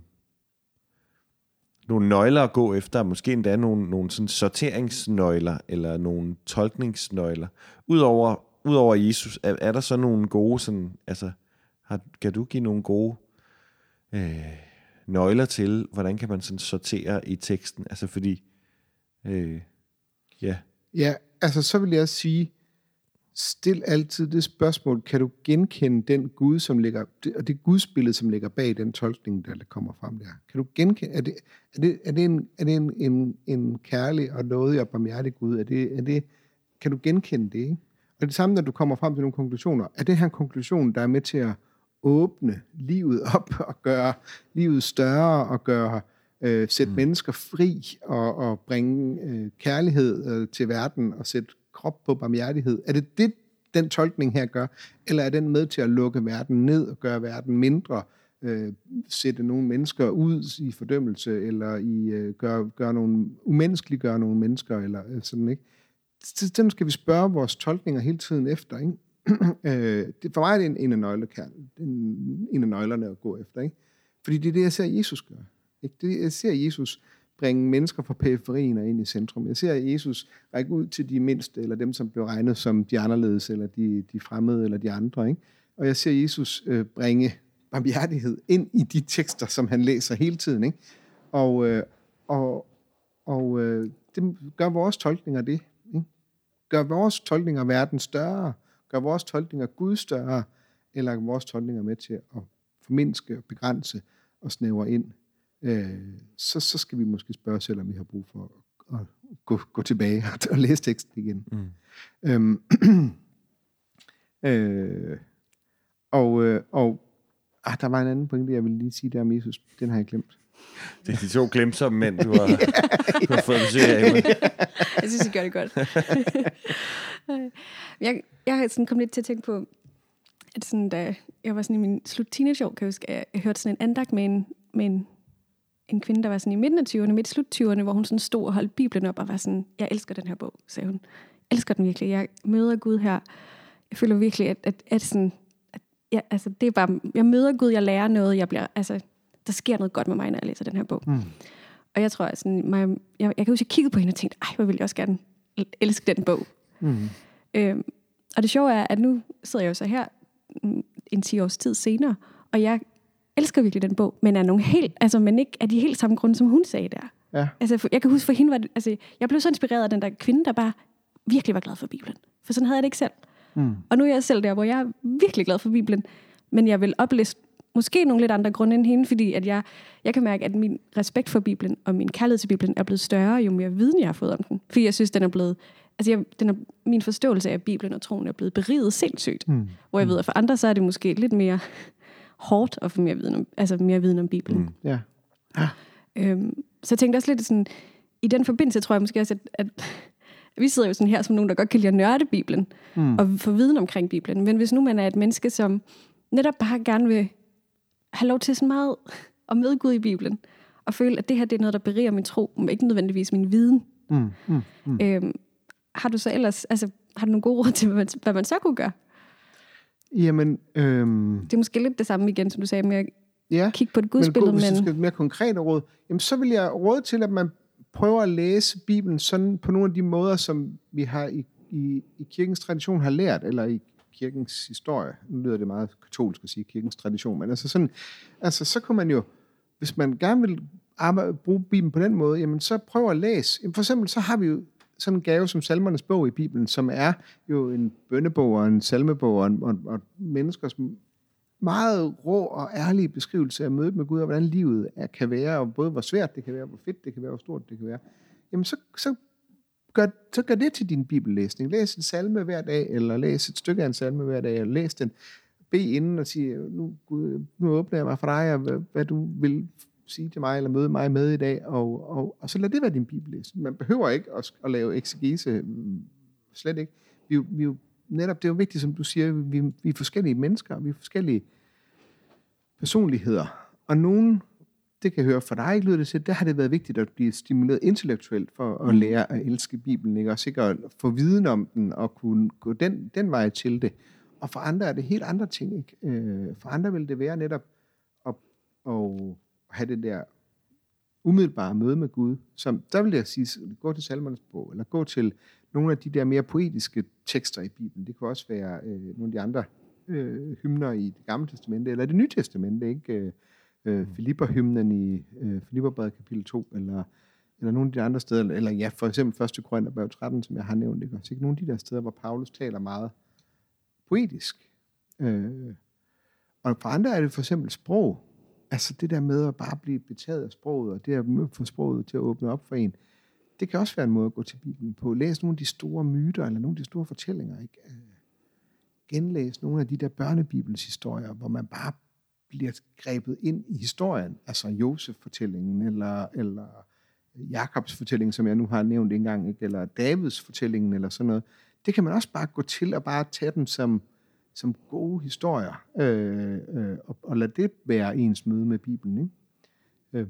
nøgler at gå efter, måske endda nogle sådan sorteringsnøgler, eller nogle tolkningsnøgler. Udover Jesus, er der så nogle gode, sådan, altså, kan du give nogle gode nøgler til, hvordan kan man sådan sortere i teksten? Altså fordi, ja. Ja, altså så vil jeg sige, stil altid det spørgsmål, kan du genkende den Gud, som ligger, og det gudsbillede, som ligger bag den tolkning, der kommer frem der? Kan du genkende, er det en kærlig og nådig og barmhjertig Gud? Kan du genkende det, ikke? Og det samme, når du kommer frem til nogle konklusioner. Er det her en konklusion, der er med til at åbne livet op og gøre livet større og sætte mennesker fri og bringe kærlighed til verden og sætte krop på barmhjertighed. Er det den tolkning her gør? Eller er den med til at lukke verden ned og gøre verden mindre? Sætte nogle mennesker ud i fordømmelse eller gøre nogle mennesker eller sådan, ikke? Dem skal vi spørge vores tolkninger hele tiden efter, ikke? For mig er det en af nøglerne at gå efter, ikke? Fordi det er det, jeg ser Jesus gøre. Ikke? Jeg ser Jesus bringe mennesker fra periferien og ind i centrum. Jeg ser Jesus række ud til de mindste, eller dem, som blev regnet som de anderledes, eller de fremmede, eller de andre, ikke? Og jeg ser Jesus bringe barmhjertighed ind i de tekster, som han læser hele tiden, ikke? Og det gør vores tolkninger det, ikke? Gør vores tolkninger af verden større? Gør vores tolkninger Gud større? Eller er vores tolkninger med til at formindske, begrænse og snævre ind? Så skal vi måske spørge selv, om vi har brug for at gå tilbage og læse teksten igen. Der var en anden pointe, jeg ville lige sige der om Jesus. Den har jeg glemt. Det er de to glemsomme mænd, du har fået besøg af. Jeg synes, I gør det godt. Jeg har sådan kommet lidt til at tænke på, at sådan, da jeg var sådan i min slut-teenageår, kan jeg huske, at jeg hørte sådan en andagt med en kvinde, der var sådan i midten af 20'erne, midt i slut-20'erne, hvor hun sådan stod og holdt Bibelen op og var sådan, jeg elsker den her bog, sagde hun. Jeg elsker den virkelig. Jeg møder Gud her. Jeg føler virkelig, at sådan, altså, det er bare, jeg møder Gud, jeg lærer noget, der sker noget godt med mig, når jeg læser den her bog. Og jeg tror, at jeg kan huske, at jeg kiggede på hende og tænkte, hvor vil jeg også gerne elske den bog. Og det sjove er, at nu sidder jeg jo så her en 10 års tid senere, og jeg elsker virkelig den bog, men men ikke af de helt samme grunde, som hun sagde der. Ja. Altså, jeg kan huske, for hende var det, jeg blev så inspireret af den der kvinde, der bare virkelig var glad for Bibelen. For sådan havde jeg det ikke selv. Og nu er jeg selv der, hvor jeg er virkelig glad for Bibelen, men jeg vil opliste måske nogle lidt andre grunde end hende, fordi at jeg kan mærke, at min respekt for Bibelen og min kærlighed til Bibelen er blevet større, jo mere viden jeg har fået om den. Fordi jeg synes, den er blevet, min forståelse af Bibelen og troen er blevet beriget sindssygt. Hvor jeg ved, at for andre, så er det måske lidt mere hårdt at få mere viden om Bibelen. Ja. Så jeg tænkte også lidt sådan, i den forbindelse tror jeg måske også, at vi sidder jo sådan her som nogen, der godt kan lide at nørde Bibelen og få viden omkring Bibelen. Men hvis nu man er et menneske, som netop bare gerne vil have lov til sådan meget at møde Gud i Bibelen, og føle, at det her det er noget, der beriger min tro, men ikke nødvendigvis min viden. Har du så ellers, har du nogle gode råd til, hvad man så kunne gøre? Jamen, det er måske lidt det samme igen, som du sagde, med at kigge på et gudsbillede. Hvis du skal have mere konkrete råd, jamen, så vil jeg råde til, at man prøver at læse Bibelen sådan på nogle af de måder, som vi har i kirkens tradition har lært, eller i kirkens historie. Nu lyder det meget katolsk at sige kirkens tradition, men så kan man jo, hvis man gerne vil bruge Bibelen på den måde, jamen så prøv at læse. For eksempel så har vi jo sådan en gave som Salmernes bog i Bibelen, som er jo en bønnebog og en salmebog og menneskers meget rå og ærlige beskrivelse af mødet med Gud, og hvordan livet kan være, og både hvor svært det kan være, hvor fedt det kan være, hvor stort det kan være. Jamen så gør det til din bibellæsning. Læs en salme hver dag, eller læs et stykke af en salme hver dag, eller læs den. Bed inden og sige, nu åbner jeg mig for dig, og hvad du vil sige til mig, eller møde mig med i dag, og så lad det være din bibellæsning. Man behøver ikke at lave eksegese, slet ikke. Vi jo netop, det er jo vigtigt, som du siger, vi er forskellige mennesker, vi er forskellige personligheder, og nogen, det kan jeg høre for dig, ikke lyder det til, der har det været vigtigt at blive stimuleret intellektuelt for at lære at elske Bibelen, ikke? Og sikkert få viden om den, og kunne gå den vej til det. Og for andre er det helt andre ting, ikke? For andre vil det være netop at have det der umiddelbare møde med Gud, som, der vil jeg sige, gå til Salmernes bog, eller gå til nogle af de der mere poetiske tekster i Bibelen. Det kan også være nogle af de andre hymner i Det Gamle Testamente, eller Det Nye Testamente, ikke? Filipperhymnen i Filipperbrevet kapitel 2, eller nogle af de andre steder, eller for eksempel 1. Korintherbrev 13, som jeg har nævnt, ikke? Også ikke nogle af de der steder, hvor Paulus taler meget poetisk. Og for andre er det for eksempel sprog. Altså det der med at bare blive betaget af sproget, og det at få sproget til at åbne op for en, det kan også være en måde at gå til Bibelen på. Læs nogle af de store myter, eller nogle af de store fortællinger, ikke? genlæse nogle af de der børnebibelshistorier, hvor man bare bliver grebet ind i historien, altså Josef-fortællingen, eller Jakobs fortælling, som jeg nu har nævnt engang, ikke? Eller Davids fortællingen, eller sådan noget. Det kan man også bare gå til og bare tage dem som gode historier, og lade det være ens møde med Bibelen, ikke?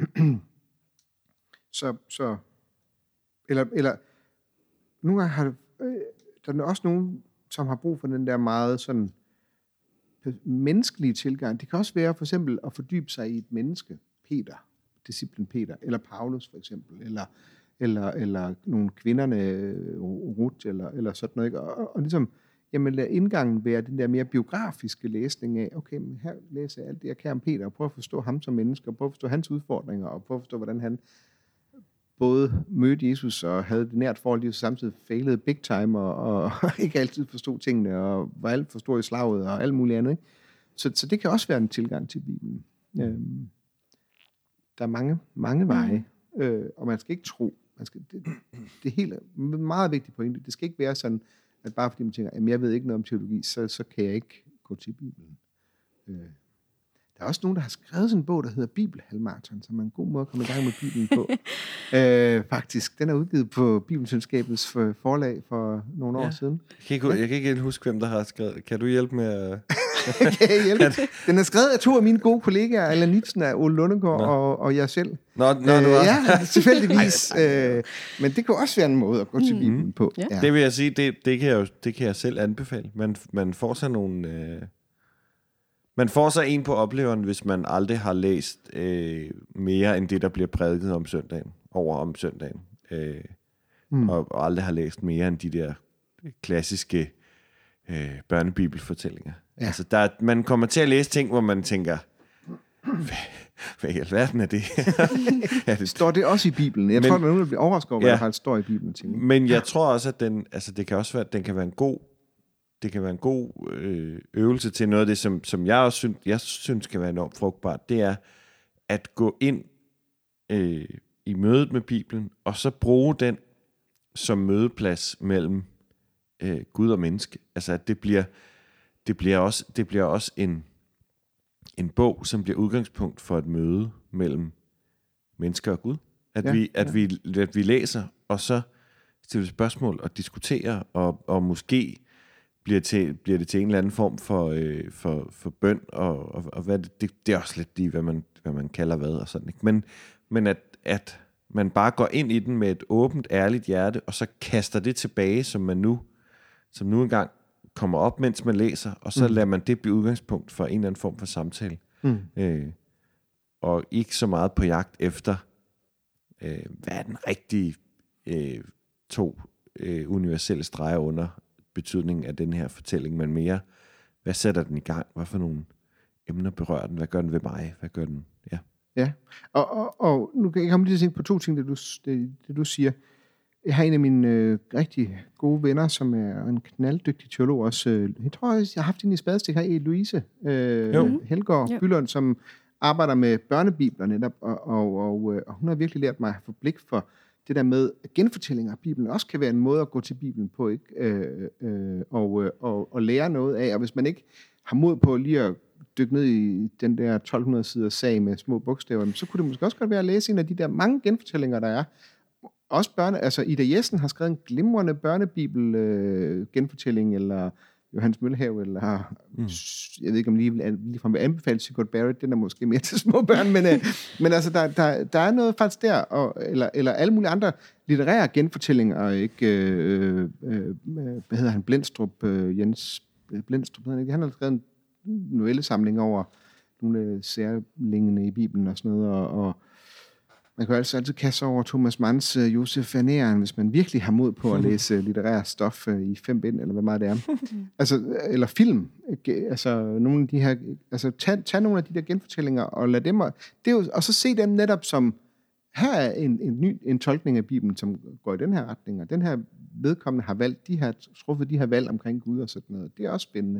Eller nogle gange har der er også nogen, som har brug for den der meget sådan menneskelige tilgang. Det kan også være for eksempel at fordybe sig i et menneske, Peter, disciplen Peter, eller Paulus for eksempel, eller nogle kvinderne, Ruth, eller sådan noget, ikke? Og ligesom, jamen lad indgangen være den der mere biografiske læsning af, okay, men her læser jeg alt det, jeg kan om Peter, og prøve at forstå ham som menneske, og prøve at forstå hans udfordringer, og prøve at forstå, hvordan han både mødte Jesus og havde det nært forhold, de samtidig failede big time, og ikke altid forstod tingene, og var alt for stor i slaget, og alt muligt andet, ikke? Så det kan også være en tilgang til Bibelen. Der er mange veje, og man skal ikke tro. Det er helt meget vigtigt pointe. Det skal ikke være sådan, at bare fordi man tænker, jamen jeg ved ikke noget om teologi, så kan jeg ikke gå til Bibelen. Der er også nogen, der har skrevet sådan en bog, der hedder Bibelhalvmarathon, som er en god måde at komme i gang med Bibelen på. Faktisk, den er udgivet på Bibelselskabets forlag for nogle år siden. Jeg kan ikke helt huske, hvem der har skrevet. Kan du hjælpe med at... Kan jeg hjælpe? Den er skrevet af 2 af mine gode kollegaer, Allan Nielsen og Ole Lundegård og jeg selv. Nå, du har... Ja, tilfældigvis. Men det kan også være en måde at gå til Bibelen på. Ja. Det vil jeg sige, det kan jeg selv anbefale. Man får sig nogle... Man får sig en på opleveren, hvis man aldrig har læst mere end det, der bliver prædiket om søndagen, om søndagen. Og aldrig har læst mere end de der klassiske børnebibelfortællinger. Ja. Altså, man kommer til at læse ting, hvor man tænker, hvad i alverden er det? Står det også i Bibelen? Jeg tror, at nogen bliver overrasket over, hvad der faktisk står i Bibelen. Tænker. Men jeg tror også, at det kan også være, at den kan være en god øvelse til noget af det, som jeg også synes kan være enormt frugtbart. Det er at gå ind i mødet med Bibelen, og så bruge den som mødeplads mellem Gud og menneske. Altså at det bliver også en bog, som bliver udgangspunkt for et møde mellem mennesker og Gud. At vi læser, og så stiller spørgsmål og diskuterer, og måske bliver det til en eller anden form for bøn, og hvad det er også lidt lige, hvad man kalder hvad, og sådan, ikke? Men at man bare går ind i den med et åbent, ærligt hjerte, og så kaster det tilbage, som nu engang kommer op, mens man læser, og så lader man det blive udgangspunkt for en eller anden form for samtale. Og ikke så meget på jagt efter, hvad er den rigtige 2 universelle streger under betydningen af den her fortælling, men mere, hvad sætter den i gang? Hvad for nogle emner berører den? Hvad gør den ved mig? Hvad gør den? Ja. Ja, og nu kan jeg komme lige til at tænke på 2 ting, det du siger. Jeg har en af mine rigtig gode venner, som er en knalddygtig teolog også. Jeg tror, jeg har haft hende i spadestik her, Louise Helgaard Bylund, som arbejder med børnebibler netop, og hun har virkelig lært mig at få blik for det der med, at genfortællinger af Bibelen også kan være en måde at gå til Bibelen på, ikke? Og lære noget af. Og hvis man ikke har mod på lige at dykke ned i den der 1200 sider sag med små bogstaver, så kunne det måske også godt være at læse en af de der mange genfortællinger, der er. Også Ida Jessen har skrevet en glimrende børnebibel genfortælling, eller Johannes Møllehave, eller jeg ved ikke om ligefrem vil anbefale Sigurd Barrett, den er måske mere til små børn, men altså der er noget faktisk der, eller alle mulige andre litterære genfortællinger, ikke? Hvad hedder han? Blendstrup, Jens Blendstrup, han har skrevet en novellesamling over nogle særlingene i Bibelen og sådan noget, og man kan altid kaste over Thomas Manns Josef van Eren, hvis man virkelig har mod på at læse litterær stof i 5 bind, eller hvad meget det er. Altså, eller film. Altså, nogle af de her, altså, tag nogle af de der genfortællinger, og lad dem, og så se dem netop som, her er en tolkning af Bibelen, som går i den her retning, og den her vedkommende har valgt, truffet de her valg omkring Gud og sådan noget. Det er også spændende.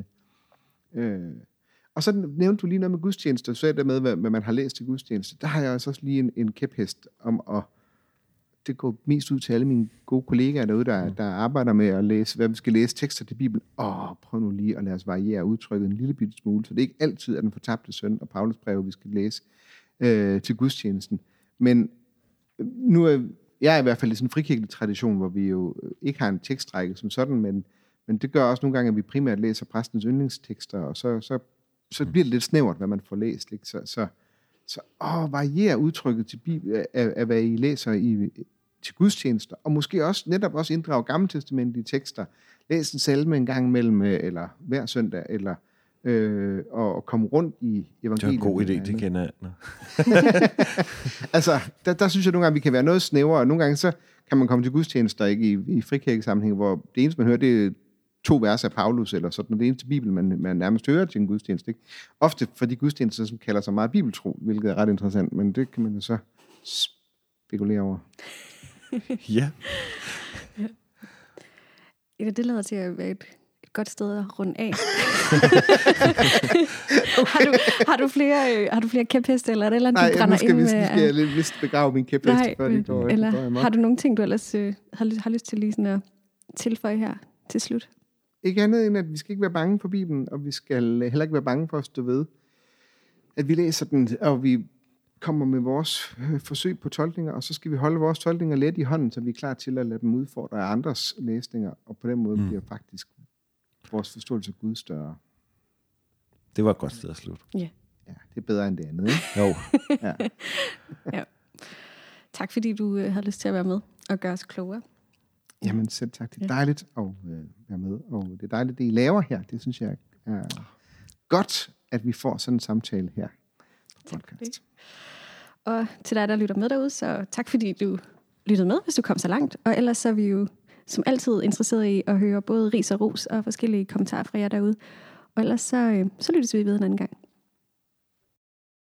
Og så nævnte du lige noget med gudstjeneste, så er det med, hvad man har læst til gudstjeneste. Der har jeg også lige en kæphest om at det går mest ud til alle mine gode kollegaer derude, der arbejder med at læse, hvad vi skal læse tekster til Bibelen. Prøv nu lige at lade os variere udtrykket en lille bitte smule, så det er ikke altid, at den fortabte søn og Paulus brev, vi skal læse til gudstjenesten. Men nu er jeg i hvert fald i sådan en frikirkelig tradition, hvor vi jo ikke har en tekstrække som sådan, men det gør også nogle gange, at vi primært læser præstens yndlingstekster, og så bliver det lidt snævert, hvad man får læst. Ikke? Så variere udtrykket til Bibelen, af hvad I læser til gudstjenester, og måske også netop også inddrage gammeltestamentlige tekster. Læs en salme en gang imellem, eller hver søndag, eller og komme rundt i evangeliet. Det er en god idé, det kender jeg. Altså, der synes jeg nogle gange, vi kan være noget snævere, og nogle gange så kan man komme til gudstjenester ikke i frikirkesammenhæng, hvor det eneste, man hører, det er 2 vers af Paulus, eller sådan, det eneste Bibel, man nærmest hører til en gudstjeneste. Ikke? Ofte for de gudstjenester, som kalder sig meget bibeltro, hvilket er ret interessant, men det kan man jo så spekulere over. Ja. Det lader til at være et godt sted at runde af. Har du flere kæpheste, eller er det eller andet, du brænder ind med? Nej, nu skal jeg vist begrave min kæpheste, før det går. Eller har du nogle ting, du ellers har lyst til lige sådan at tilføje her til slut? Ikke andet end, at vi skal ikke være bange for Bibelen, og vi skal heller ikke være bange for at stå ved, at vi læser den, og vi kommer med vores forsøg på tolkninger, og så skal vi holde vores tolkninger let i hånden, så vi er klar til at lade dem udfordre af andres læsninger, og på den måde bliver faktisk vores forståelse af Gud større. Det var et godt sted at slutte. Ja. Ja, det er bedre end det andet, ikke? Jo. Ja. Tak fordi du havde lyst til at være med og gøre os klogere. Jamen selv tak. Det er dejligt at være med, og det er dejligt, det I laver her. Det synes jeg er godt, at vi får sådan en samtale her. Podcast. Og til dig, der lytter med derude, så tak fordi du lyttede med, hvis du kom så langt. Og ellers så er vi jo som altid interesseret i at høre både ris og ros og forskellige kommentarer fra jer derude. Og ellers så lyttes vi ved en anden gang.